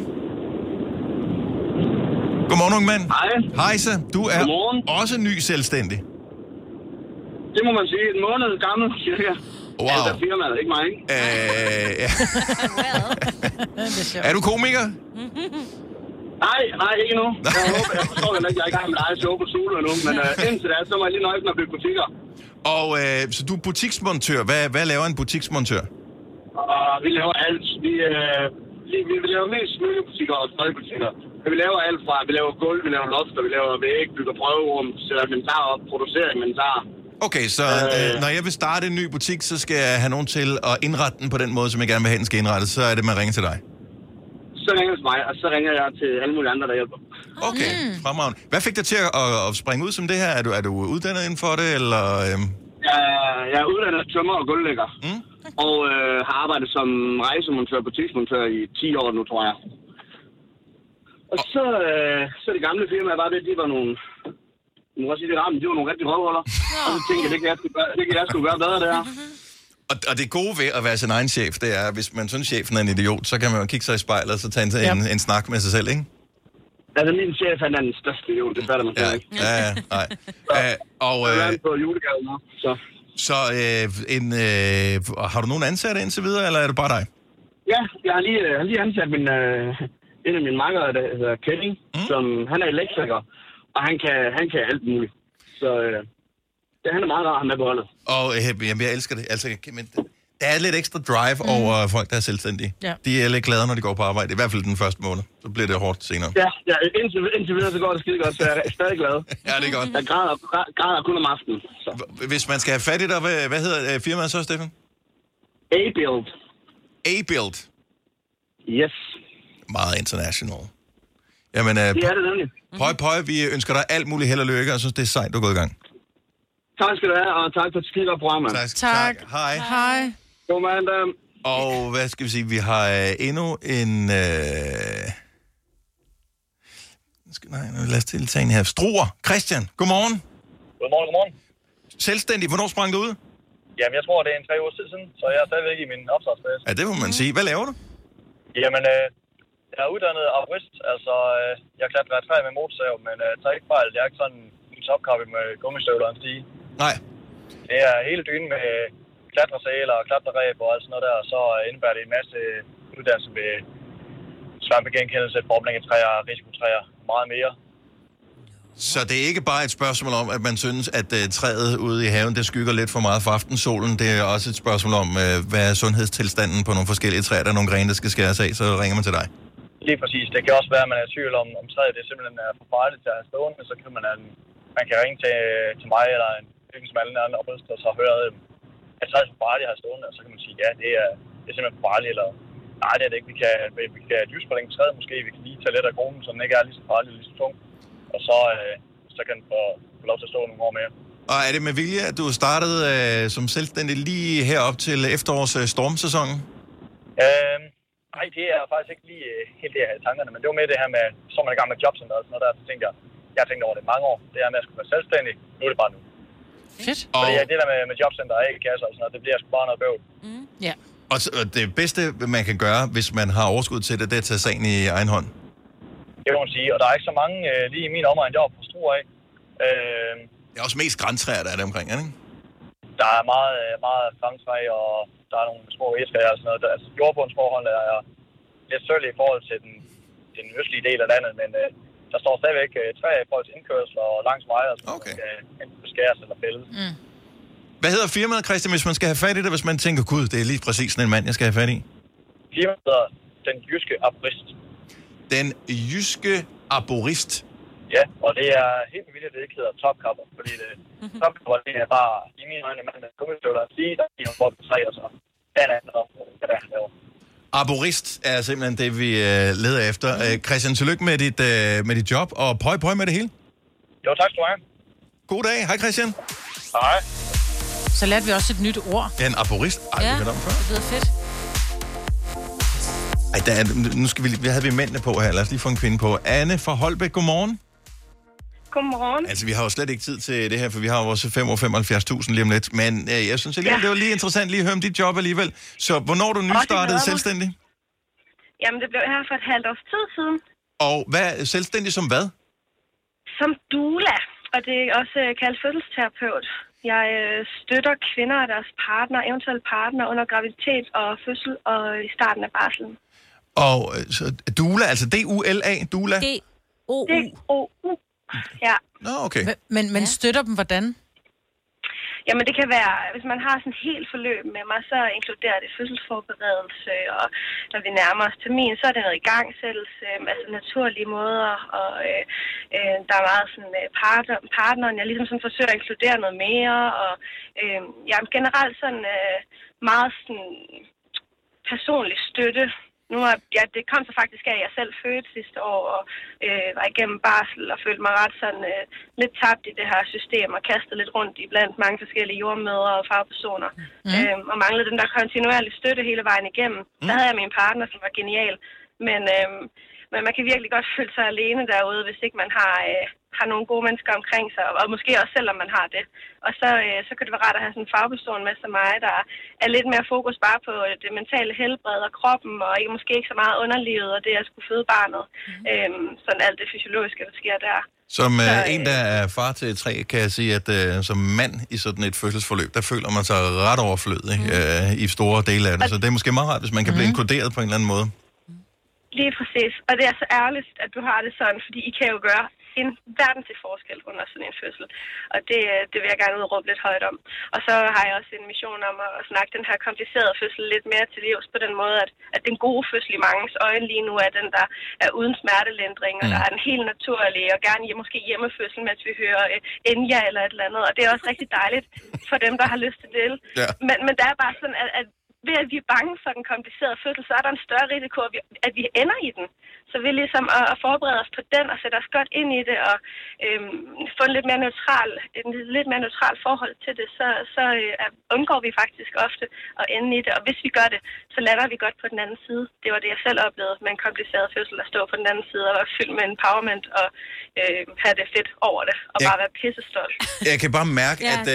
A: Godmorgen, unge mand.
P: Hej.
A: Hejsa. Du er også ny selvstændig.
P: Det må man sige. En måned gammel, cirka.
A: Wow.
P: Altså firmaet, ikke mig, ikke?
A: Ja. Er du komiker?
P: Nej, ikke nu. Jeg forstår heller ikke, jeg er i gang med eget show på Zulu nu, men indtil da, så må jeg lige nøjes med at bygge butikker.
A: Og så du er butiksmontør. Hvad laver en butiksmontør?
P: Vi laver alt. Vi laver mest smykkebutikker og tøjbutikker. Vi laver alt fra, vi laver gulv, vi laver lofter, vi laver væg, bygger prøverum, sætter inventar op, producerer inventar.
A: Okay, så når jeg vil starte en ny butik, så skal jeg have nogen til at indrette den på den måde, som jeg gerne vil have, den skal indrettes. Så er det, man ringer til dig.
P: Så ringer jeg til mig, og så ringer jeg til alle mulige andre, der hjælper.
A: Okay, fremragende. Hvad fik dig til at springe ud som det her? Er du uddannet inden for det, eller...?
P: Jeg er uddannet tømrer og gulvlægger. Og har arbejdet som rejsemontør og butiksmontør i 10 år nu, tror jeg. Og så det gamle firma, bare det, de var nogle... Nu må jeg sige, de var nogle rigtig røvhuller. Og så tænkte jeg, det kan jeg sgu gøre bedre, det her.
A: Og det gode ved at være sin egen chef, det er, hvis man synes, chefen er en idiot, så kan man jo kigge sig i spejlet og så tage en snak med sig selv, ikke?
P: Altså, min chef, han er den største idiot, det fatter man ikke.
A: Ja, nej.
P: Og jeg er på julegave nu, så...
A: Så har du nogen ansatte indtil videre, eller er det bare dig?
P: Ja, jeg har lige ansat en af mine makker, der hedder Kenny, som han er elektriker, og han kan alt muligt. Så han er meget rar med på holdet.
A: Og jeg elsker det. Altså, der er lidt ekstra drive over folk, der er selvstændige. Ja. De er lidt glade, når de går på arbejde. I hvert fald den første måned. Så bliver det hårdt senere.
P: Ja, indtil videre så går det skide godt, så jeg er stadig glad.
A: Ja, det er godt.
P: Jeg græder kun om aftenen. Så.
A: Hvis man skal have fat i dig, hvad hedder firmaet så, Stefan?
P: A-Build.
A: A-Build?
P: Yes.
A: Meget international. Jamen,
P: det er det nemlig.
A: Pøj, vi ønsker dig alt muligt held og lykke, og synes, det er sejt, du er gået i gang.
P: Tak skal du have, og tak for et skide godt program.
A: Tak. Hej.
P: God mandag.
A: Og hvad skal vi sige? Vi har endnu en... lad os tage en her. Struer. Christian, godmorgen.
Q: Godmorgen.
A: Selvstændig. Hvornår sprang du ud?
Q: Jamen, jeg tror, det er 3 uger siden, så jeg er stadigvæk i min opstartsfase.
A: Ja, det må man sige. Hvad laver du?
Q: Jamen, jeg er uddannet arborist. Altså, jeg klatrer et træ med motorsav, men tager ikke fejl. Jeg er ikke sådan en topkappe med gummistøvler og en stige.
A: Nej.
Q: Det er hele dynen med klatresæler og klatreræb og alt sådan noget der, og så indebærer det en masse uddannelse med svampegenkendelse, formlingetræer, risikotræer, meget mere.
A: Så det er ikke bare et spørgsmål om, at man synes, at træet ude i haven, det skygger lidt for meget for aftensolen. Det er også et spørgsmål om, hvad er sundhedstilstanden på nogle forskellige træer. Der er nogle grene, der skal skæres af, så ringer man til dig.
Q: Lige præcis. Det kan også være, at man er i tvivl om træet. Det er simpelthen for farligt til at have stående. Så kan man kan ringe til mig eller en hvilken som alle andre oprydster, og så høre, at træet er for farligt at have stående. Og så kan man sige, ja, det er simpelthen for farligt, eller Nej, det er det ikke. Vi kan lysforlænge træet måske. Vi kan lige tage lidt af kronen, så den ikke er lige så farlig og lige så tung. Og så kan den få lov til at stå nogle år mere.
A: Og er det med vilje, at du startede som selvstændig lige herop til efterårs stormsæsonen?
Q: Nej, det er faktisk ikke lige helt det, jeg havde i tankerne, men det var med det her med, så man i gang med jobcenter og sådan noget der, så tænkte jeg har tænkt over det i mange år, det her med at skulle være selvstændig, nu er det bare nu.
C: Fedt.
Q: Fordi det der med jobcenter og A-kasser og sådan noget, det bliver sgu bare noget bøvl.
C: Ja.
A: Og det bedste, man kan gøre, hvis man har overskud til det, det er at tage sagen i egen hånd.
Q: Det må man sige, og der er ikke så mange lige i min omegn deroppe på Struer af.
A: Det er også mest græntræer, der er det omkring, er det ikke?
Q: Der er meget græntræ, og der er nogle små ætræer og sådan noget. Altså jordbundsforhold er lidt sørgelige i forhold til den østlige del af landet, men der står stadigvæk træer i forhold til indkørsel og langs veje, og sådan skal enten beskæres eller fældes.
A: Hvad hedder firmaet, Christian, hvis man skal have fat i det, hvis man tænker, gud, det er lige præcis sådan en mand, jeg skal have fat i?
Q: Firmaet hedder Den Jyske Arborist.
A: Den Jyske Arborist?
Q: Ja, og det er helt vildt, at det ikke hedder topkapper, fordi topkapper, det er bare i mine øjne, man er gummistøvler at sige, der giver folk træ og så den anden op, hvad der han laver.
A: Arborist er simpelthen det, vi leder efter. Christian, tillykke med dit job, og pøj med det hele.
Q: Jo, tak skal du have.
A: God dag. Hej, Christian.
Q: Hej.
C: Så lærte vi også et nyt ord.
A: Ja, en arborist.
B: Ja, det lyder fedt.
A: Nu skal vi havde vi mændene på her. Lad os lige få en kvinde på. Anne fra Holbæk, godmorgen.
R: Godmorgen.
A: Altså, vi har jo slet ikke tid til det her, for vi har vores 75.000 lige om lidt. Men jeg synes alligevel, det var lige interessant lige at høre om dit job alligevel. Så hvornår er du nystartet selvstændig?
R: Jamen, det blev her for et halvt års tid siden.
A: Og hvad selvstændig som hvad?
R: Som doula, og det er også kaldt fødselsterapeut. Jeg støtter kvinder og deres partner, eventuelle partner under graviditet og fødsel og i starten af barslen.
A: Og så doula, altså D-U-L-A, doula?
B: D-O-U.
R: D-O-U, ja.
A: Nå, okay.
C: Men støtter dem hvordan?
R: Jamen det kan være, hvis man har sådan et helt forløb med mig, så inkluderer det fødselsforberedelse, og når vi nærmer os termin, så er det noget igangsættelse, altså naturlige måder, og der er meget sådan partneren, jeg ligesom sådan forsøger at inkludere noget mere, og generelt sådan meget sådan personlig støtte. Det kom så faktisk af, at jeg selv fødte sidste år, og var igennem barsel og følte mig ret sådan lidt tabt i det her system, og kastet lidt rundt i blandt mange forskellige jordmødre og fagpersoner, og manglede den der kontinuerlige støtte hele vejen igennem. Der havde jeg min partner, som var genial, men man kan virkelig godt føle sig alene derude, hvis ikke man har nogle gode mennesker omkring sig, og måske også selvom man har det. Og så kan det være rart at have sådan en fagperson med som mig, der er lidt mere fokus bare på det mentale helbred og kroppen, og måske ikke så meget underlivet, og det at skulle føde barnet. Sådan alt det fysiologiske, der sker der.
A: Som en, der er far til 3, kan jeg sige, at som mand i sådan et fødselsforløb, der føler man sig ret overflødig i store dele af det. Så det er måske meget rart, hvis man kan blive inkluderet på en eller anden måde.
R: Lige præcis. Og det er så ærgerligt, at du har det sådan, fordi I kan jo gøre en verden til forskel under sådan en fødsel. Og det vil jeg gerne udråbe lidt højt om. Og så har jeg også en mission om at snakke den her komplicerede fødsel lidt mere til livs på den måde, at den gode fødsel i mangens øjne lige nu er den, der er uden smertelindring, og der er den helt naturlige, og gerne måske hjemmefødsel, mens vi hører Enya eller et eller andet. Og det er også rigtig dejligt for dem, der har lyst til det. Ja. Men der er bare sådan, at ved at vi er bange for den komplicerede fødsel, så er der en større risiko, at vi ender i den. Så vi ligesom at forberede os på den, og sætte os godt ind i det, og få en lidt mere neutral forhold til det, så undgår vi faktisk ofte at ende i det. Og hvis vi gør det, så lander vi godt på den anden side. Det var det, jeg selv oplevede med en kompliceret fødsel, at stå på den anden side og være fyldt med empowerment, og have det fedt over det, og bare være pissestolt. Jeg
A: kan bare mærke, at,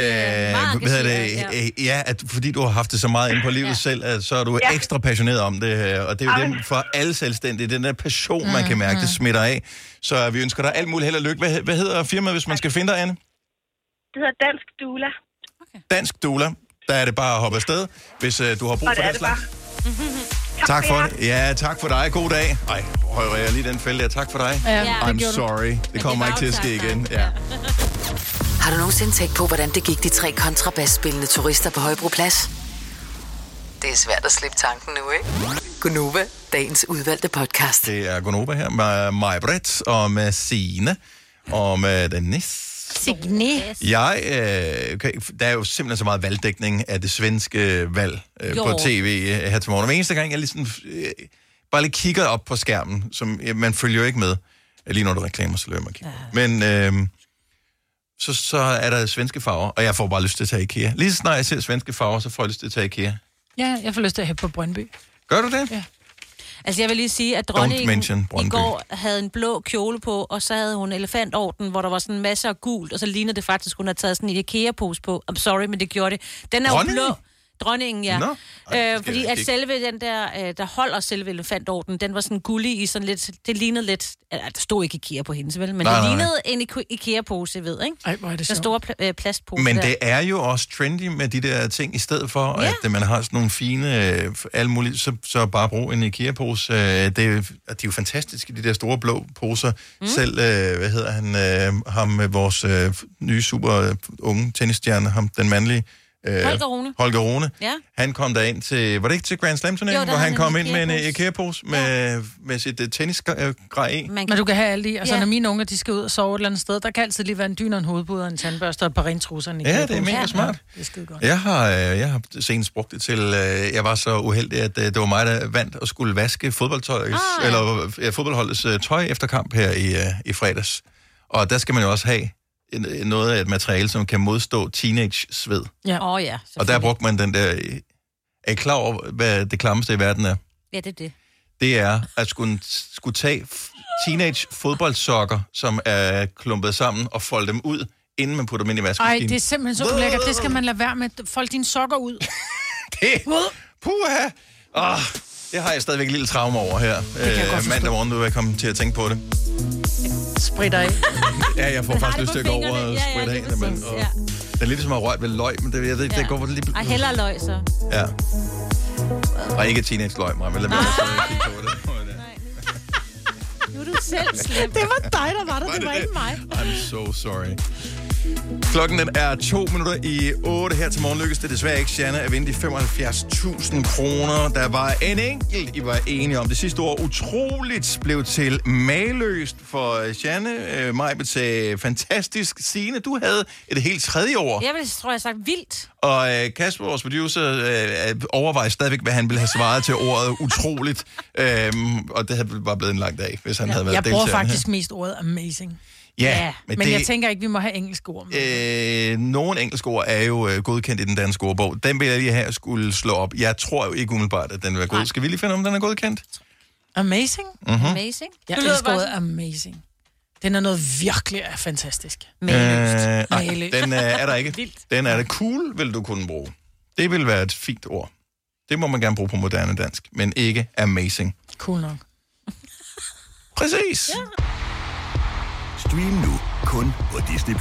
A: at fordi du har haft det så meget inde på livet selv, så er du ekstra passioneret om det, og det er jo det for alle selvstændige, den der passion, man kan mærke, det smitter af. Så vi ønsker dig alt muligt held og lykke. Hvad hedder firmaet, hvis man skal finde dig, Anne?
R: Det hedder Dansk Doula.
A: Okay. Dansk Doula. Der er det bare at hoppe afsted, hvis du har brug for den slags. Tak for det. Ja, tak for dig. God dag. Ej, højre jeg lige den fælde der. Tak for dig.
B: Ja,
A: I'm sorry. Det kommer ikke til at ske igen. Ja.
D: Har du nogensinde tænkt på, hvordan det gik de 3 kontrabasspillende turister på Højbroplads? Det er svært at slippe tanken nu, ikke? Gunova, dagens udvalgte podcast.
A: Det er Gunova her med mig, Britt, og med Signe, og med Dennis,
C: Signe.
A: Der er jo simpelthen så meget valgdækning af det svenske valg på tv her til morgen. Og eneste gang, jeg ligesom, bare lige kigger op på skærmen, som man følger jo ikke med. Lige når du reklamer, så løber man kigge. Men så er der svenske farver, og jeg får bare lyst til at tage IKEA. Lige så snart jeg ser svenske farver, så får jeg lyst til at tage IKEA.
C: Ja, jeg får lyst til at hæppe på Brøndby.
A: Gør du det?
C: Ja.
B: Altså, jeg vil lige sige, at dronningen i går havde en blå kjole på, og så havde hun elefantorden, hvor der var sådan en masse af gult, og så lignede det faktisk, hun havde taget sådan en IKEA-pose på. I'm sorry, men det gjorde det. Den er jo blå. Dronningen, ja. Fordi at selve den der holder selve elefantorden, den var sådan gullig i sådan lidt, det lignede lidt, der stod ikke IKEA på hende, vel, men det lignede en IKEA-pose, ved, ikke?
C: Ej, hvor er det
B: den store plastpose.
A: Men det er jo også trendy med de der ting, i stedet for, at man har sådan nogle fine, alle mulige, så bare brug en IKEA-pose. De er jo fantastiske, de der store blå poser. Selv, hvad hedder han, ham med vores nye super unge tennisstjerne, ham, den mandlige, Holger Rune.
B: Ja.
A: Han kom der ind til, var det ikke til Grand Slam-turneringen, hvor han kom ind med en IKEA-pose med sit tennisgrej i?
C: Men du kan have alle de, altså når mine unger, de skal ud og sove et eller andet sted, der kan altid lige være en dyne og en hovedpude og en tandbørste og et par rentrusser.
A: Ja, det er mega smart.
C: Det er skide godt.
A: Jeg har senest brugt det til, jeg var så uheldig, at det var mig, der vandt og skulle vaske fodboldholdets tøj efter kamp her i fredags. Og der skal man jo også have noget af et materiale, som kan modstå teenage-sved.
C: Ja.
A: Og der brugte man den der... Er I klar over, hvad det klammeste i verden er?
B: Ja, det er det.
A: Det er at skulle tage teenage-fodboldsokker, som er klumpet sammen, og folde dem ud, inden man putter dem ind i vaskemaskinen.
C: Ej, det er simpelthen så ulækkert. Det skal man lade være med. Fold dine sokker ud.
A: Puha! Det har jeg stadigvæk et lille traume over her. Mandag morgen, nu er jeg kommet til at tænke på det.
C: Spritter af.
A: Ja, jeg får faktisk lyst til at gå over og spritte af. Det er lidt som at rørt ved løg, men det går lige...
B: Ej, hellere løg, så.
A: Ja. Og ikke teenage-løg, men lad mig kigge på det.
B: Nu er du selv slem.
C: Det var dig, der var der. Det var ikke mig.
A: I'm so sorry. Klokken den er 7:02 her til morgen. Lykkes det desværre ikke, Janne, at vinde de 75.000 kroner. Der var en enkelt, I var enige om. Det sidste ord utroligt blev til mageløst for Janne. Majbet sagde fantastisk. Signe, du havde et helt tredje ord.
B: Jeg tror, jeg har sagt vildt.
A: Og Kasper, vores producer, overvejer stadigvæk, hvad han ville have svaret til ordet utroligt. Og det havde bare blevet en lang dag, hvis han havde været deltager.
C: Jeg bruger faktisk mest ordet amazing.
A: Ja,
C: men jeg tænker ikke, vi må have engelske ord med.
A: Nogle engelske ord er jo godkendt i den danske ordbog. Den vil jeg lige have skulle slå op. Jeg tror jo ikke umiddelbart, at den vil være god. Skal vi lige finde, om den er godkendt?
C: Amazing?
A: Mm-hmm.
B: Amazing?
C: Jeg elsker ordet amazing. Den er noget virkelig fantastisk.
A: Den er der ikke. Den er det cool, vil du kunne bruge. Det vil være et fint ord. Det må man gerne bruge på moderne dansk, men ikke amazing.
C: Cool nok.
A: Præcis.
B: Ja.
S: Stream nu kun på Disney+.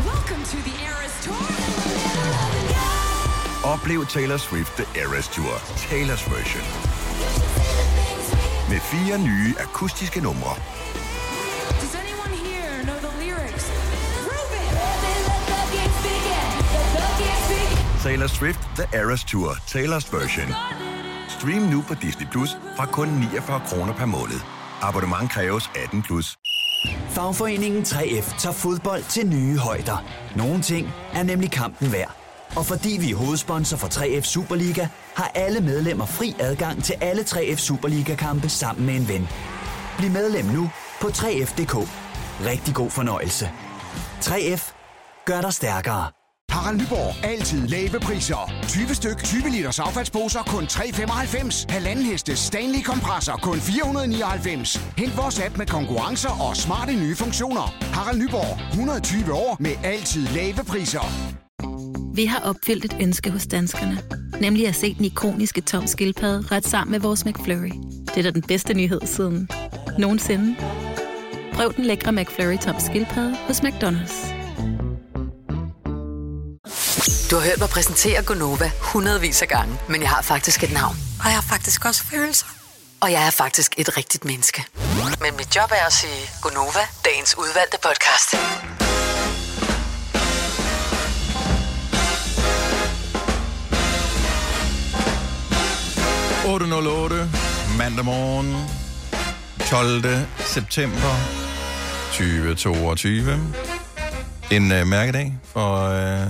S: Oplev Taylor Swift The Eras Tour, Taylor's version. Med 4 nye akustiske numre. Taylor Swift The Eras Tour, Taylor's version. Stream nu på Disney+ fra kun 49 kroner per måned. Abonnement kræves 18+.
J: Fagforeningen 3F tager fodbold til nye højder. Nogle ting er nemlig kampen værd. Og fordi vi er hovedsponsor for 3F Superliga, har alle medlemmer fri adgang til alle 3F Superliga-kampe sammen med en ven. Bliv medlem nu på 3F.dk. Rigtig god fornøjelse. 3F gør dig stærkere.
K: Harald Nyborg. Altid lave priser. 20 styk, 20 liters affaldsposer kun 3,95. Halvanden heste Stanley kompresser kun 499. Hent vores app med konkurrencer og smarte nye funktioner. Harald Nyborg. 120 år med altid lave priser.
N: Vi har opfyldt et ønske hos danskerne. Nemlig at se den ikoniske Tom Skildpadde ret sammen med vores McFlurry. Det er da den bedste nyhed siden nogensinde. Prøv den lækre McFlurry Tom Skildpadde hos McDonald's.
D: Du har hørt mig præsentere Gonova hundredvis af gange, men jeg har faktisk et navn. Og jeg har faktisk også følelser. Og jeg er faktisk et rigtigt menneske. Men mit job er at sige Gonova, dagens udvalgte podcast.
A: Mandag morgen, 12. september 2022. En mærkedag for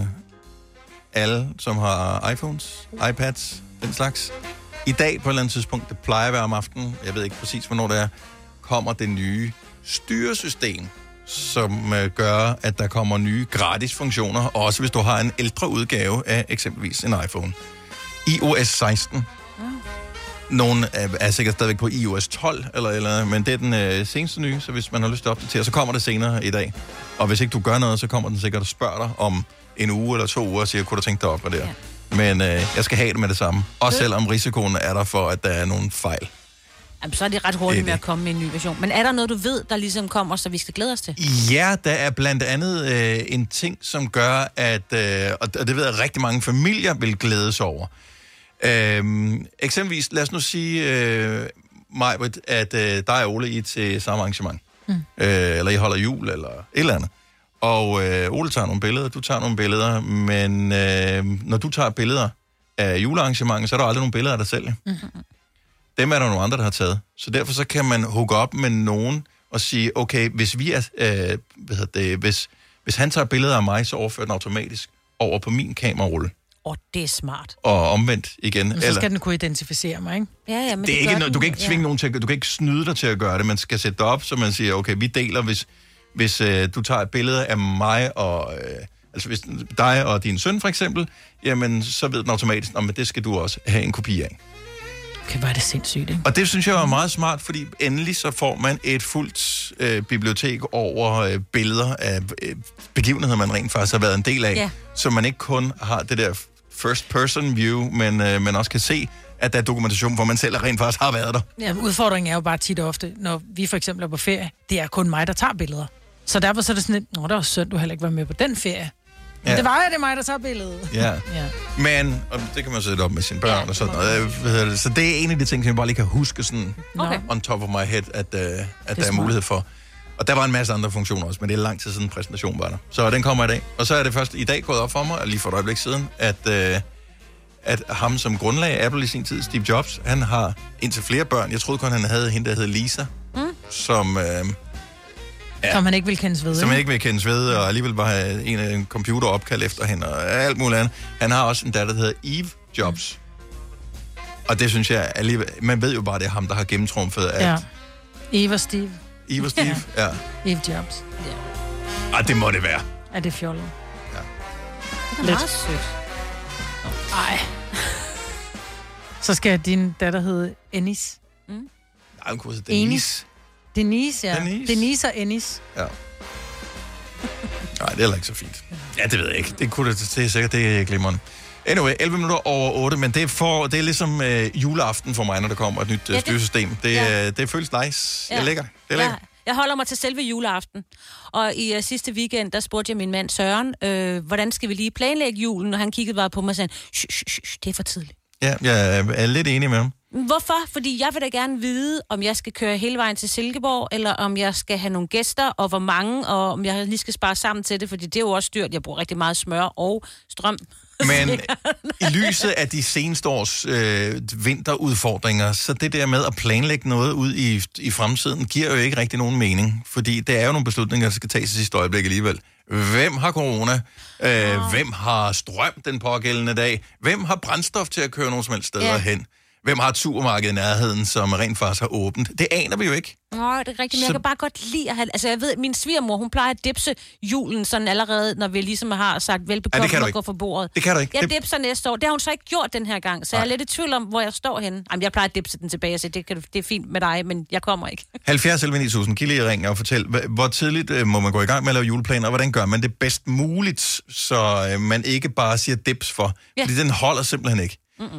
A: alle, som har iPhones, iPads, den slags. I dag på et eller andet tidspunkt, det plejer at være om aftenen, jeg ved ikke præcis, hvornår det er, kommer det nye styresystem, som gør, at der kommer nye gratis funktioner, også hvis du har en ældre udgave af eksempelvis en iPhone. iOS 16. Nogle er sikkert stadigvæk på iOS 12, eller, men det er den seneste nye, så hvis man har lyst til at opdatere, så kommer det senere i dag. Og hvis ikke du gør noget, så kommer den sikkert og spørger dig om en uge eller 2 uger og siger, kunne du tænke dig op med det her? Ja. Men jeg skal have det med det samme. Også selvom risikoen er der for, at der er nogle fejl.
B: Jamen, så er det ret hurtigt med at komme med en ny version. Men er der noget, du ved, der ligesom kommer, så vi skal glæde os til?
A: Ja, der er blandt andet en ting, som gør, at, og det ved jeg, rigtig mange familier vil glædes over. Eksempelvis, lad os nu sige, Majbrit, at der er Ole i til samme arrangement. Eller I holder jul, eller et eller andet. Og Ole tager nogle billeder, du tager nogle billeder, men når du tager billeder af julearrangementet, så er der aldrig nogle billeder af dig selv. Dem er der nogle andre, der har taget. Så derfor så kan man hooke op med nogen og sige, okay, hvis vi er, hvis han tager billeder af mig, så overfører den automatisk over på min kamerarulle.
B: Det er smart.
A: Og omvendt igen.
C: Men så skal den kunne identificere mig, ikke?
B: Ja, men
A: det er ikke noget, du kan ikke tvinge nogen til, du kan ikke snyde dig til at gøre det. Man skal sætte det op, så man siger, okay, vi deler, hvis du tager et billede af mig og altså hvis dig og din søn for eksempel, jamen så ved den automatisk, men det skal du også have en kopi af.
C: Okay, hvor er det sindssygt, ikke?
A: Og det synes jeg var meget smart, fordi endelig så får man et fuldt bibliotek over billeder af begivenheder, man rent faktisk har været en del af, så man ikke kun har det der first person view, men man også kan se, at der er dokumentation, hvor man selv rent faktisk har været der.
C: Ja, udfordringen er jo bare tit og ofte, når vi for eksempel er på ferie, det er kun mig, der tager billeder. Så derfor så er det sådan lidt, det var synd, du heller ikke var med på den ferie. Men det var det mig, der tager billedet.
A: Ja. Men, og det kan man sætte op med sine børn og sådan noget. Så det er en af de ting, som jeg bare lige kan huske sådan on top of my head, at der er mulighed for. Og der var en masse andre funktioner også, men det er lang tid siden præsentation var der. Så den kommer i dag. Og så er det først i dag gået op for mig, lige for et øjeblik siden, at ham som grundlagde Apple i sin tid, Steve Jobs, han har indtil flere børn. Jeg troede kun, han havde hende, der hed Lisa, som
C: som han ikke vil kendes ved.
A: Som han ikke vil kendes ved, og alligevel var en computer opkald efter hende, og alt muligt andet. Han har også en datter, der hedder Eve Jobs. Og det synes jeg alligevel... Man ved jo bare, det er ham, der har gennemtrumfet, at...
C: Ja. Eve og Steve.
A: Eve og Steve, ja.
C: Eve Jobs.
A: Ja. Det må det være.
C: Er det fjollet?
A: Ja.
B: Det er meget sødt.
C: Ej. Så skal din datter hedde Ennis.
A: Nej, hun kunne hedde Denise.
C: Denise, ja. Denise og Ennis.
A: Ja. Nej, det er heller ikke så fint. Ja, det ved jeg ikke. Det er sikkert, det er glimrende. Anyway, 11 minutter over 8, men det er ligesom juleaften for mig, når der kommer et nyt styresystem. Det føles nice.
B: Ja.
A: Jeg lægger. Det er lækkert.
B: Jeg holder mig til selve juleaften. Og i sidste weekend, der spurgte jeg min mand Søren, hvordan skal vi lige planlægge julen? Og han kiggede bare på mig og sagde, det er for tidligt.
A: Ja, jeg er lidt enig med ham.
B: Hvorfor? Fordi jeg vil da gerne vide, om jeg skal køre hele vejen til Silkeborg, eller om jeg skal have nogle gæster, og hvor mange, og om jeg lige skal spare sammen til det, fordi det er jo også dyrt. Jeg bruger rigtig meget smør og strøm.
A: Men i lyset af de seneste års vinterudfordringer, så det der med at planlægge noget ud i fremtiden, giver jo ikke rigtig nogen mening. Fordi det er jo nogle beslutninger, der skal tages i sidste øjeblik alligevel. Hvem har corona? Hvem har strøm den pågældende dag? Hvem har brændstof til at køre nogen som helst steder hen? Hvem har et supermarked i nærheden, som rent faktisk har åbent? Det aner vi jo ikke.
B: Nå, det er rigtigt, men jeg kan bare godt lide at have... Altså, jeg ved, min svigermor, hun plejer at dipse julen sådan allerede, når vi ligesom har sagt velbekomme og gå for bordet.
A: Det kan du ikke.
B: Jeg dipser næste år. Det har hun så ikke gjort den her gang, så jeg er lidt i tvivl om, hvor jeg står henne. Jamen, jeg plejer at dipse den tilbage og sige, det er fint med dig, men jeg kommer ikke.
A: 70 11 9000. Giv lige ring og fortæl, hvor tidligt må man gå i gang med at lave juleplaner, og hvordan gør man det bedst muligt, så man ikke bare siger dips for. Ja. Fordi den holder simpelthen ikke.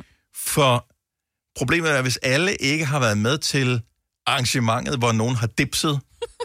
A: For problemet er, hvis alle ikke har været med til arrangementet, hvor nogen har dipset,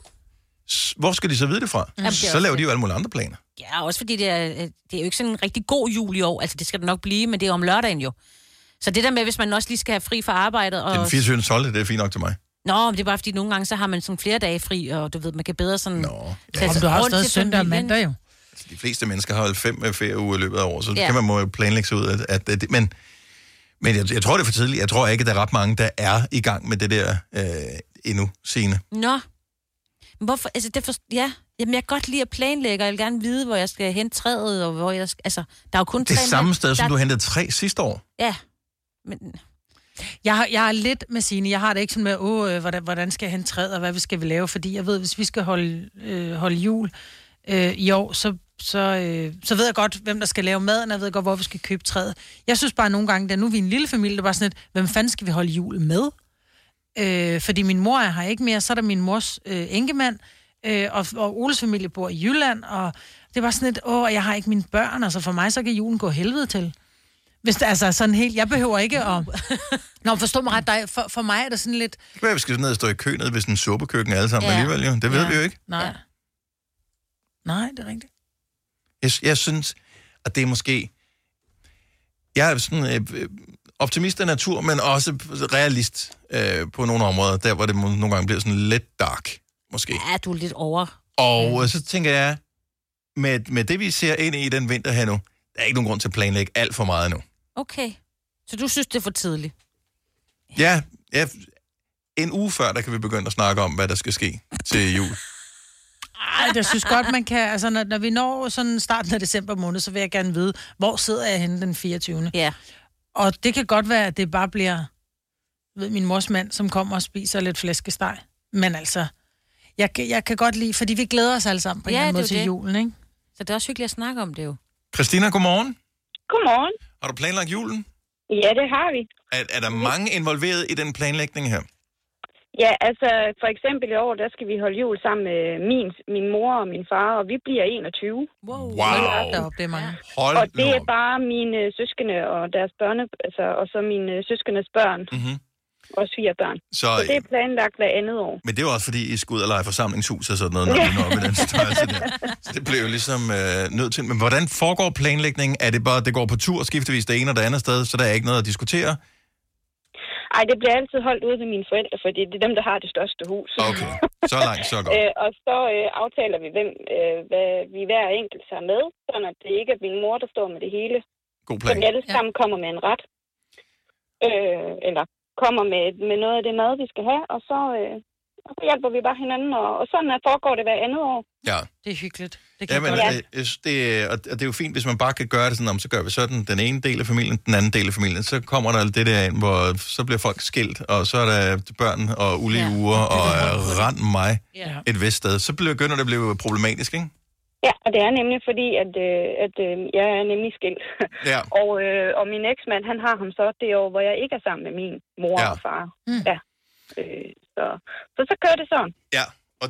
A: hvor skal de så vide det fra? Jamen, så laver de jo alle mulige andre planer.
B: Ja, også fordi det er jo ikke sådan en rigtig god jul i år. Altså, det skal det nok blive, men det er om lørdagen jo. Så det der med, hvis man også lige skal have fri fra arbejdet... Og...
A: Den 24. det er fint nok til mig.
B: Nå, men det er bare fordi, nogle gange så har man sådan flere dage fri, og du ved, man kan bedre sådan...
C: Du har også stadig søndag og mandag jo.
A: Altså, de fleste mennesker har 5 ferieuger i løbet af året, så kan man må jo planlægge sig ud af det. Men jeg tror, det er for tidligt. Jeg tror ikke, at der er ret mange, der er i gang med det der endnu, Signe.
B: Nå. Hvorfor? Altså, Jamen, jeg kan godt lide at planlægge, og jeg vil gerne vide, hvor jeg skal hente træet, og hvor jeg skal... Altså, der er jo kun
A: det samme sted, som du hentede træ sidste år.
B: Ja, men...
C: Jeg er lidt med Signe. Jeg har det ikke sådan med, hvordan skal jeg hente træet, og hvad skal vi lave? Fordi jeg ved, hvis vi skal holde jul i år, så ved jeg godt, hvem der skal lave maden, og jeg ved godt, hvor vi skal købe træet. Jeg synes bare nogle gange, da nu er vi en lille familie, der bare sådan lidt, hvem fanden skal vi holde jul med? Fordi min mor er her ikke mere, så er der min mors enkemand, og Oles familie bor i Jylland, og det var sådan lidt, jeg har ikke mine børn, altså for mig, så kan julen gå helvede til. Hvis det altså sådan helt, jeg behøver ikke at... Nå, forstå mig ret, for mig er det sådan lidt...
A: Hvad, vi skal ned og stå i kø nede ved sådan en suppekøkken alle sammen alligevel, jo. Det ved vi jo ikke.
C: Nej. Ja. Nej, det er rigtigt.
A: Jeg synes, at det er måske... Jeg er sådan optimist af natur, men også realist på nogle områder, der hvor det nogle gange bliver sådan lidt dark, måske.
B: Ja, du er lidt over.
A: Og så tænker jeg, med det vi ser ind i den vinter her nu, der er ikke nogen grund til at planlægge alt for meget nu.
B: Okay. Så du synes, det er for tidligt?
A: Ja, en uge før, der kan vi begynde at snakke om, hvad der skal ske til jul.
C: Ej, jeg synes godt, man kan... Altså, når vi når sådan starten af december måned, så vil jeg gerne vide, hvor sidder jeg henne den 24.
B: Ja.
C: Og det kan godt være, at det bare bliver... ved min mors mand, som kommer og spiser lidt flæskesteg. Men altså, jeg kan godt lide... Fordi vi glæder os alle sammen på en eller anden måde til julen, ikke?
B: Så det er også hyggeligt at snakke om det jo.
A: Christina, godmorgen.
T: Godmorgen.
A: Har du planlagt julen?
T: Ja, det har vi.
A: Er der mange involveret i den planlægning her?
T: Ja, altså for eksempel i år, der skal vi holde jul sammen med min mor og min far, og vi bliver 21.
C: Wow. Det er mange.
T: Og det er bare mine søskende og deres børne, altså, og så mine søskendes børn.
A: Mm-hmm.
T: Og svigerbørn. Så det er planlagt hver andet år.
A: Men det er jo også fordi, I skal ud og lege forsamlingshus og sådan noget, når vi når med den størrelse der. Så det bliver jo ligesom nødt til. Men hvordan foregår planlægningen? Er det bare, det går på tur skiftevis det ene og det andet sted, så der er ikke noget at diskutere?
T: Ej, det bliver altid holdt ude ved mine forældre, fordi det er dem, der har det største hus.
A: Okay, så langt, så godt.
T: Og så aftaler vi, hvad vi hver enkelt tager med, sådan at det ikke er min mor, der står med det hele.
A: God plan.
T: Så vi alle sammen kommer med en ret. Eller kommer med noget af det mad, vi skal have, og så hjælper vi bare hinanden, og sådan foregår det hver andet år.
A: Ja.
C: Det er hyggeligt.
A: Og det er jo fint, hvis man bare kan gøre det sådan, så gør vi sådan den ene del af familien, den anden del af familien, så kommer der det der ind, hvor så bliver folk skilt, og så er der børn og ulige uger, og rend mig et vist sted. Så begynder det at blive problematisk, ikke?
T: Ja, og det er nemlig fordi, at jeg er nemlig skilt.
A: Ja.
T: Og min eksmand, han har ham så det år, hvor jeg ikke er sammen med min mor og far. Mm. Ja. Så kører det sådan.
A: Ja,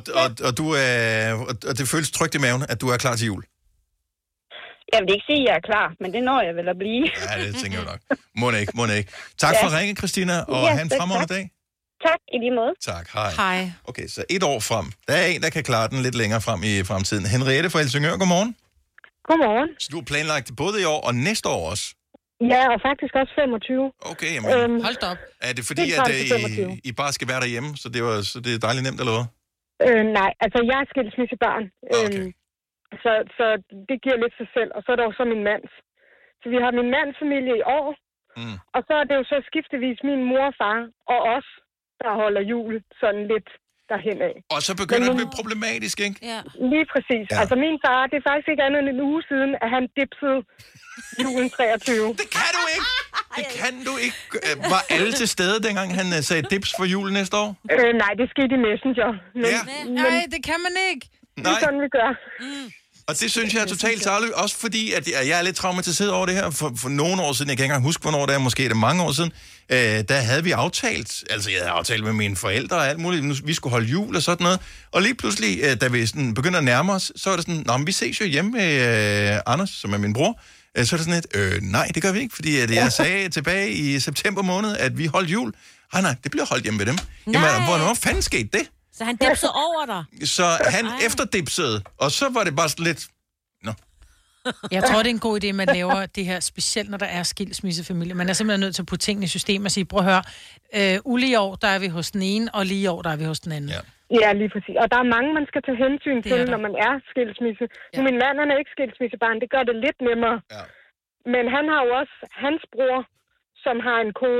A: og det føles trygt i maven, at du er klar til jul.
T: Jeg vil ikke sige, at jeg er klar, men det når jeg vel at blive.
A: Ja, det tænker jeg nok. Må ikke. Tak for ringen, Christina, og have en fremragende dag.
T: Tak, i lige måde.
A: Tak, hej.
C: Hej.
A: Okay, så et år frem. Der er en, der kan klare den lidt længere frem i fremtiden. Henriette fra Helsingør, godmorgen.
T: Godmorgen.
A: Så du har planlagt både i år og næste år også?
T: Ja, og faktisk også 25.
A: Okay, jamen.
C: Hold op.
A: Er det fordi, at I bare skal være derhjemme, så det er dejligt nemt, eller hvad?
T: Nej, altså jeg er skilsmissebarn. Okay. Så det giver lidt sig selv, og så er der jo så min mands. Så vi har min mands familie i år, og så er det jo så skiftevis min mor og far og os, der holder jul sådan lidt derhen af.
A: Og så begynder det at blive problematisk, ikke?
T: Ja. Lige præcis. Ja. Altså min far, det er faktisk ikke andet end en uge siden, at han dipsede julen 23.
A: Det kan du ikke! Det kan du ikke. Var alle til stede, dengang han sagde dips for jul næste år?
T: Nej, det skete i Messenger.
C: Nej, det kan man ikke.
T: Det er sådan, vi gør.
A: Og det synes jeg er totalt særligt, også fordi, at jeg er lidt traumatiseret over det her. For nogle år siden, jeg kan ikke engang huske, hvornår det er, måske er det mange år siden, der havde vi aftalt, altså jeg havde aftalt med mine forældre og alt muligt, vi skulle holde jul og sådan noget. Og lige pludselig, da vi sådan begynder at nærme os, så er det sådan, men vi ses jo hjemme med Anders, som er min bror. Så er det sådan et, nej, det gør vi ikke, fordi at jeg sagde tilbage i september måned, at vi holdt jul. Nej, det bliver holdt hjemme ved dem. Jamen, hvornår fanden skete det?
B: Så han dipsede over dig?
A: Så han efterdipsede, og så var det bare sådan lidt...
C: Jeg tror, det er en god idé, at man laver det her, specielt når der er skilsmissefamilie. Man er simpelthen nødt til at putte tingene i system og sige, prøv at høre, ulige år, der er vi hos den ene, og lige år, der er vi hos den anden.
T: Ja, lige præcis. Og der er mange, man skal tage hensyn til, når man er skilsmisse. Ja. Min mand, han er ikke skilsmissebarn, det gør det lidt nemmere. Ja. Men han har jo også hans bror, som har en kone,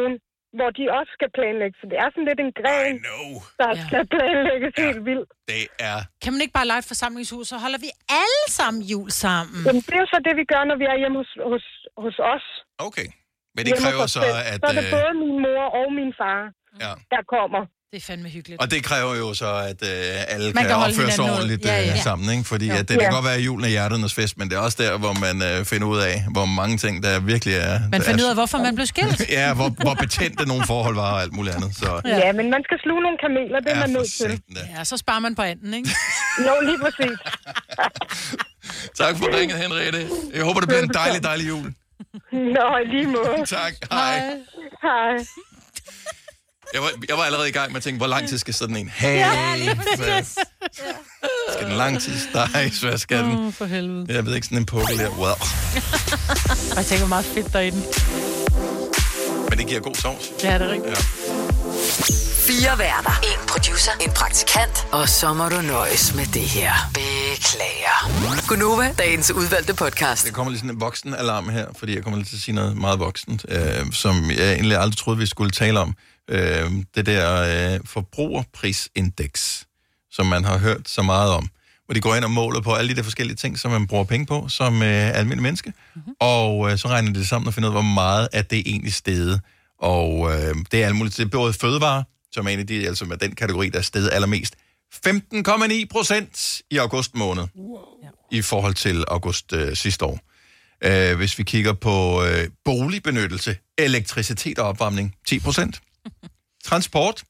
T: hvor de også skal planlægge. Så det er sådan lidt en gren, der skal planlægges helt vildt.
A: Det er...
C: Kan man ikke bare lege et forsamlingshus, så holder vi alle sammen jul sammen?
T: Jamen, det er jo så det, vi gør, når vi er hjemme hos os.
A: Okay. Men det kræver så, at...
T: Så er det både min mor og min far, der kommer.
C: Det er fandme hyggeligt.
A: Og det kræver jo så, at alle kan opføre sig ordentligt sammen, ikke? Fordi at det kan godt være julen af hjerternes fest, men det er også der, hvor man finder ud af, hvor mange ting, der virkelig er...
C: Man finder ud af, hvorfor man blev skilt.
A: Ja, hvor betændte nogle forhold var og alt muligt andet. Så.
T: Ja, men man skal sluge nogle kameler, det er man nødt til.
C: Ja, så sparer man på anden, ikke?
T: Jo, lige præcis.
A: Tak for ringet, Henriette. Jeg håber, det bliver en dejlig jul.
T: Nå, lige måde.
A: Tak, hej.
T: Hej.
A: Jeg var allerede i gang med at tænke, hvor lang tid skal sådan en have?
C: Ja, lige præcis.
A: Skal den lang tid steges? Hvad skal den?
C: For helvede.
A: Jeg ved ikke, sådan en pukkel der. Wow.
C: Jeg tænker, hvor meget fedt der i den.
A: Men det giver god sovs.
C: Ja, det er rigtigt. Ja.
D: 4 værter. 1 producer. 1 praktikant. Og så må du nøjes med det her. Beklager. Gunova, dagens udvalgte podcast.
A: Det kommer lige sådan en voksenalarm her, fordi jeg kommer lige til at sige noget meget voksent, som jeg egentlig aldrig troede, vi skulle tale om. Det der forbrugerprisindeks, som man har hørt så meget om, hvor de går ind og måler på alle de der forskellige ting, som man bruger penge på som almindelig menneske, og så regner det sammen og finder ud af, hvor meget af det egentlig steget. Og det er alt muligt. Det er både fødevarer, som er en af de, altså med den kategori, der er steget allermest. 15,9% i august måned, i forhold til august sidste år. Hvis vi kigger på boligbenyttelse, elektricitet og opvarmning, 10%. Transport,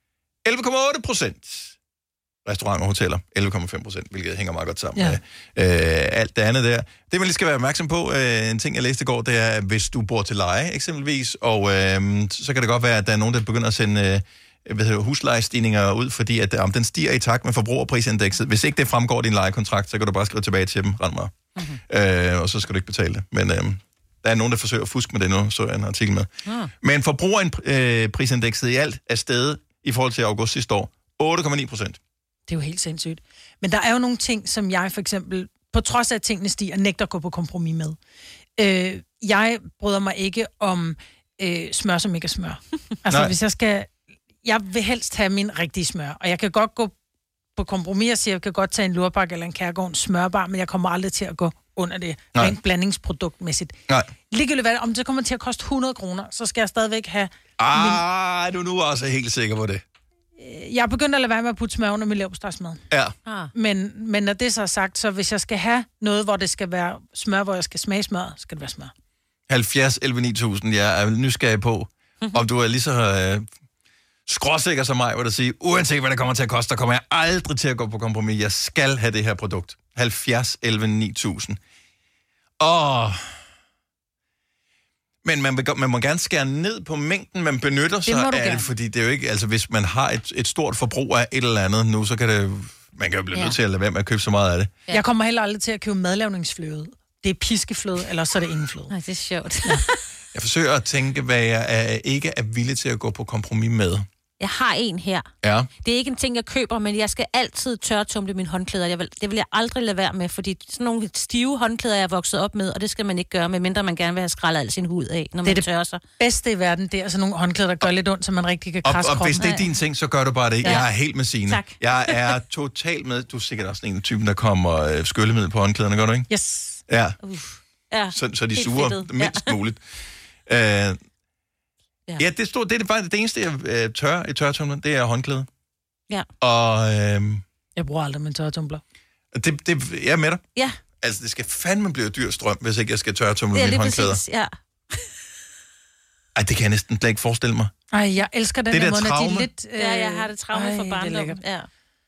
A: 11,8%. Restauranter og hoteller, 11,5%, hvilket hænger meget godt sammen med alt det andet der. Det, man lige skal være opmærksom på, en ting, jeg læste i går, det er, hvis du bor til leje eksempelvis, og så kan det godt være, at der er nogen, der begynder at sende huslejestigninger ud, fordi at, den stiger i takt med forbrugerprisindekset. Hvis ikke det fremgår din lejekontrakt, så kan du bare skrive tilbage til dem, rend mig. Og så skal du ikke betale det. Men der er nogen, der forsøger at fuske med det nu, så jeg en artikel med. Men forbrugerprisindekset i alt er steget i forhold til august sidste år, 8,9%.
C: Det er jo helt sindssygt. Men der er jo nogle ting, som jeg for eksempel, på trods af at tingene stiger, nægter at gå på kompromis med. Jeg bryder mig ikke om smør, som ikke er smør. Altså, hvis jeg skal... Jeg vil helst have min rigtige smør, og jeg kan godt gå på kompromis og sige, jeg kan godt tage en lurpak eller en Kærgården smørbar, men jeg kommer aldrig til at gå under det rent blandingsproduktmæssigt. Ligegyldigt hvad, om det kommer til at koste 100 kroner, så skal jeg stadigvæk have...
A: Er du nu også helt sikker på det?
C: Jeg er begyndt at lade være med at putte smør under min leverpostejsmad.
A: Ja.
C: Men når det så er sagt, så hvis jeg skal have noget, hvor det skal være smør, hvor jeg skal smage smør, skal det være smør.
A: 70 11 9000, jeg er nysgerrig på, om du er lige så skråsikker som mig, hvor du siger, uanset hvad det kommer til at koste, der kommer jeg aldrig til at gå på kompromis. Jeg skal have det her produkt. 70 11 9000. Men man må gerne skære ned på mængden, man benytter sig af det, fordi det er jo ikke, altså hvis man har et stort forbrug af et eller andet nu, så kan det, man kan jo blive nødt til at lade være med at købe så meget af det.
C: Ja. Jeg kommer heller aldrig til at købe madlavningsfløde. Det er piskefløde, eller så er det ingen fløde.
B: Nej, det er sjovt.
A: Jeg forsøger at tænke, hvad jeg ikke er villig til at gå på kompromis med.
B: Jeg har en her.
A: Ja.
B: Det er ikke en ting, jeg køber, men jeg skal altid tørretumle mine håndklæder. Det vil jeg aldrig lade være med, fordi sådan nogle stive håndklæder, jeg er vokset op med, og det skal man ikke gøre, medmindre man gerne vil have skrællet al sin hud af, når man tørrer sig.
C: Det bedste i verden, det er sådan nogle håndklæder, der gør lidt ondt, så man rigtig kan krasse kroppen.
A: Og hvis det er din ting, så gør du bare det. Ja. Jeg er helt med Signe.
B: Tak.
A: Jeg er totalt med. Du er sikkert også en typen, der kommer skyllemiddel på håndklæderne, gør du ikke?
C: Yes.
A: Ja.
B: Ja.
A: Så de suger mindst muligt. Ja, det er faktisk det eneste, jeg tør i tørretumleren, det er håndklæde.
B: Ja.
A: Og
C: jeg bruger aldrig min tørretumbler.
A: Jeg er med dig.
B: Ja.
A: Altså, det skal fandme blive dyr strøm, hvis ikke jeg skal tørretumle mine håndklæder.
B: Præcis, ja.
A: Ej, det kan jeg næsten slet ikke forestille mig.
C: Ej, jeg elsker den
A: der
C: måde,
A: traume.
C: De er lidt...
B: Ja, jeg har det traume for barndommen. Ja.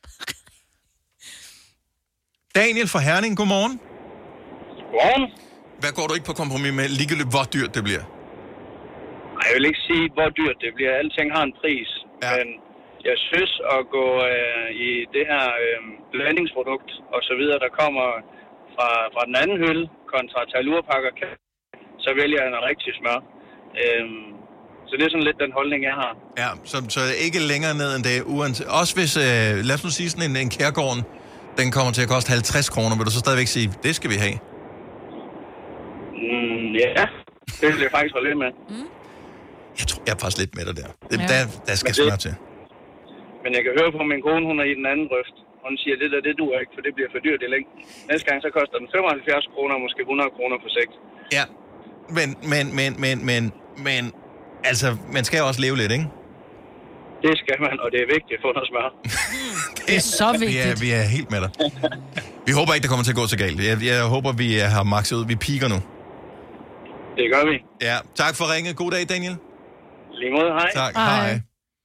A: Daniel fra Herning, godmorgen.
U: Godmorgen.
A: Hvad går du ikke på kompromis med, ligegyldigt hvor dyrt det bliver?
U: Jeg vil ikke sige, hvor dyrt det bliver. Alting har en pris. Ja. Men jeg synes at gå i det her blandingsprodukt og så videre, der kommer fra den anden hylde, kontra talurpakker, så vælger jeg en rigtig smør. Så det er sådan lidt den holdning, jeg har.
A: Ja, så ikke længere ned end det. Også hvis, lad os nu sige sådan en Kærgården, den kommer til at koste 50 kroner, vil du så stadigvæk sige, det skal vi have?
U: Ja, det vil jeg faktisk holde lidt med.
A: Jeg er faktisk lidt med dig der. Der skal smør til.
U: Men jeg kan høre på min kone, hun er i den anden grøft. Hun siger, det duer ikke, for det bliver for dyrt i længden. Næste gang, så koster den 75 kroner, måske 100 kroner for sigt.
A: Ja, men altså, man skal jo også leve lidt, ikke?
U: Det skal man, og det er vigtigt at få noget smør.
C: Det er så vigtigt.
A: Vi er helt med dig. Vi håber ikke, det kommer til at gå så galt. Jeg håber, vi har makset ud. Vi piker nu.
U: Det gør vi.
A: Ja, tak for ringet. God dag, Daniel.
U: Lige måde, hej.
A: Tak, hej.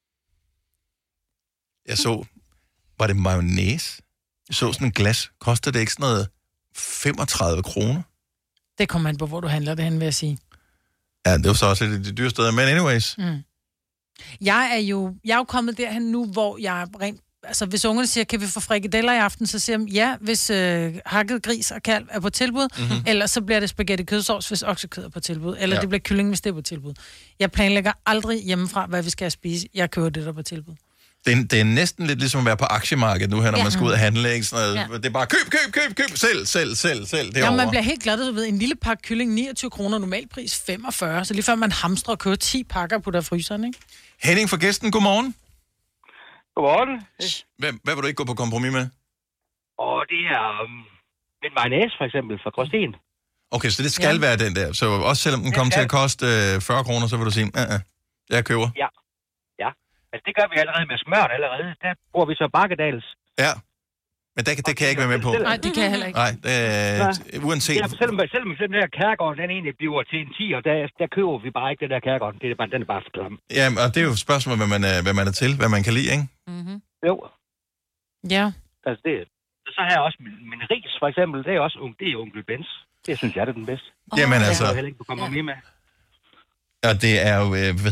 A: Jeg så, var det mayonnaise? Jeg så sådan en glas. Koster det ikke sådan noget 35 kroner?
C: Det kommer an på, hvor du handler det hen, vil jeg sige.
A: Ja, det er jo så også et af de dyre steder, men anyways.
C: Jeg er jo kommet derhen nu, hvor jeg rent... Altså, hvis ungerne siger, kan vi få frikadeller i aften, så siger de, ja, hvis hakket gris og kalv er på tilbud, eller så bliver det spaghetti kødsovs, hvis oksekød er på tilbud, eller det bliver kylling, hvis det er på tilbud. Jeg planlægger aldrig hjemmefra, hvad vi skal spise. Jeg køber det, der på tilbud.
A: Det er næsten lidt ligesom at være på aktiemarkedet nu her, når man skal ud og handle, ikke? Sådan noget. Ja. Det er bare køb, selv, det er
C: man bliver helt glad, du ved, en lille pakke kylling, 29 kroner, normalpris 45, så lige før man hamstrer og køber 10 pakker på der fryseren, ikke?
A: Henning fra Gæsten, godmorgen.
F: Godmorgen.
A: Hvad vil du ikke gå på kompromis med?
F: Og det er en mayonnaise, for eksempel, fra Gråsten.
A: Okay, så det skal være den der. Så også selvom den kommer til at koste 40 kroner, så vil du sige, jeg køber.
F: Ja. Altså, det gør vi allerede med smørt allerede. Der bruger vi så Bakkedals.
A: Ja. Men det kan jeg ikke være med på.
C: Nej, det kan jeg heller ikke.
A: Nej, uanset...
F: Ja, selvom den der kærgården, den egentlig bliver til en 10, og der køber vi bare ikke den der kærgården. Den er bare for klam.
A: Ja, og det er jo et spørgsmål, hvad man er til, hvad man kan lide, ikke?
F: Mm-hmm. Jo.
C: Ja.
F: Altså, så har jeg også min ris, for eksempel. Det er onkel Bens. Det synes jeg, det er den bedste.
A: Jamen altså...
F: Det er heller ikke på kompromis med.
A: Og det er jo,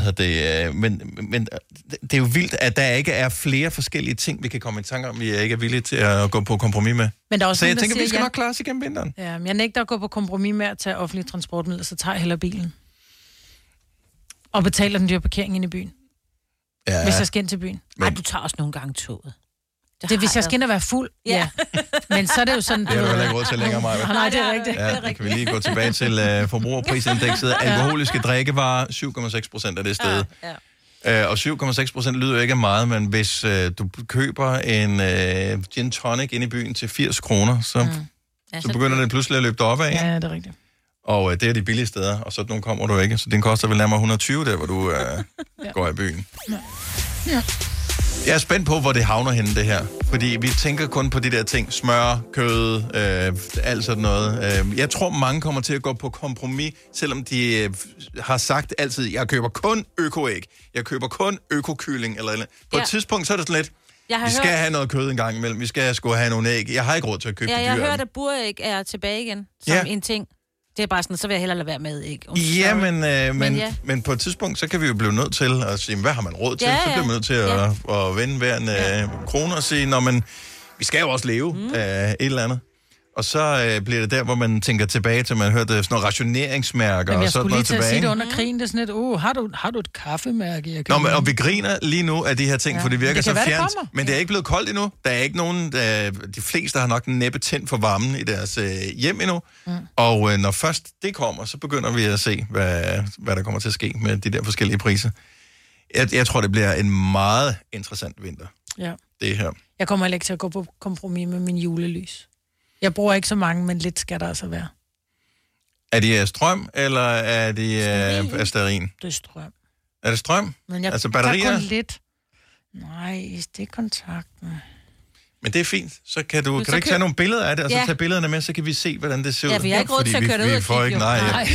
A: men det er jo vildt, at der ikke er flere forskellige ting, vi kan komme i tanke om, vi er ikke villige til at gå på kompromis med.
C: Men der er også
A: så jeg tænker, vi skal nok klare os igennem vinteren.
C: Ja, men jeg nægter at gå på kompromis med at tage offentlige transportmidler, så tager jeg heller bilen. Og betaler den dyre parkering ind i byen. Ja. Hvis jeg skal ind til byen.
B: Nej, du tager også nogle gange toget.
C: Det er, hvis jeg skal ind og være fuld, ja. Men så er det jo sådan...
A: Det har du heller ikke råd til længere, Maja.
C: Nej, det er rigtigt.
A: Ja, det kan vi lige gå tilbage til forbrugerprisindekset. Alkoholiske drikkevarer, 7,6% af det sted. Ja. Og 7,6% lyder jo ikke meget, men hvis du køber en gin tonic ind i byen til 80 kroner, så begynder det pludselig at løbe op af.
C: Ja, det er rigtigt.
A: Og det er de billige steder, og sådan nogle kommer du ikke. Så den koster vel nærmere 120, der hvor du går i byen. Ja. Jeg er spændt på, hvor det havner henne, det her. Fordi vi tænker kun på de der ting. Smør, kød, alt sådan noget. Jeg tror, mange kommer til at gå på kompromis, selvom de har sagt altid, jeg køber kun økoæg. Jeg køber kun økokylling. Eller. På et tidspunkt, så er det sådan lidt, vi skal have noget kød en gang imellem. Vi skal sgu have nogle æg. Jeg har ikke råd til at købe det dyr.
B: Jeg har hørt, at buræg er tilbage igen som en ting. Det er bare sådan, så vil jeg hellere lade være med, ikke?
A: Ja, men på et tidspunkt, så kan vi jo blive nødt til at sige, hvad har man råd til? Så bliver man nødt til at vende hver en krone og sige, vi skal jo også leve af et eller andet. Og så bliver det der, hvor man tænker tilbage til, man hørte sådan nogle rationeringsmærker og sådan noget tilbage.
C: Jeg skulle lige til at sige det under krigen, det er sådan et, har du et kaffemærke?
A: Og vi griner lige nu af de her ting, for det virker så fjernt. Men det er ikke blevet koldt endnu. Der er ikke nogen, de fleste har nok næppe tændt for varmen i deres hjem endnu. Og når først det kommer, så begynder vi at se, hvad der kommer til at ske med de der forskellige priser. Jeg tror, det bliver en meget interessant vinter.
C: Ja.
A: Det her.
C: Jeg kommer ikke til at gå på kompromis med min julelys. Jeg bruger ikke så mange, men lidt skal der altså være.
A: Er det strøm, eller er det stearin?
C: Det er strøm.
A: Er det strøm?
C: Men jeg
A: altså batterier?
C: kun lidt. Nej, det er kontakten.
A: Men det er fint. Så kan du ikke tage nogle billeder af det, og så tage billederne med, så kan vi se, hvordan det ser ud.
B: Ja, vi har ikke råd til at køre det ud og kigge.
A: Nej.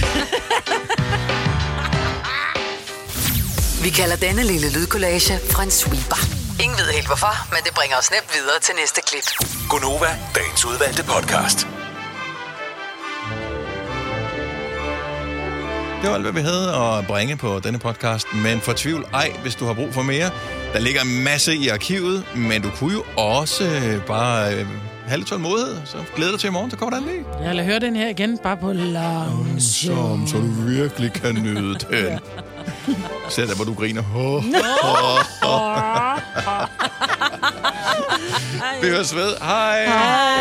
D: Vi kalder denne lille lydkollage en sweeper. Ingen ved helt hvorfor, men det bringer os nemt videre til næste klip.
E: Gonova, dagens udvalgte podcast.
A: Det var alt, hvad vi havde at bringe på denne podcast, men fortvivl ej, hvis du har brug for mere. Der ligger en masse i arkivet, men du kunne jo også bare have lidt tålmodighed, så glæder dig til i morgen, så kommer der en ny.
C: Jeg vil høre den her igen, bare på langsomt.
A: Så du virkelig kan nyde den. Sæt dig, hvor du griner. Vi høres ved. Hej.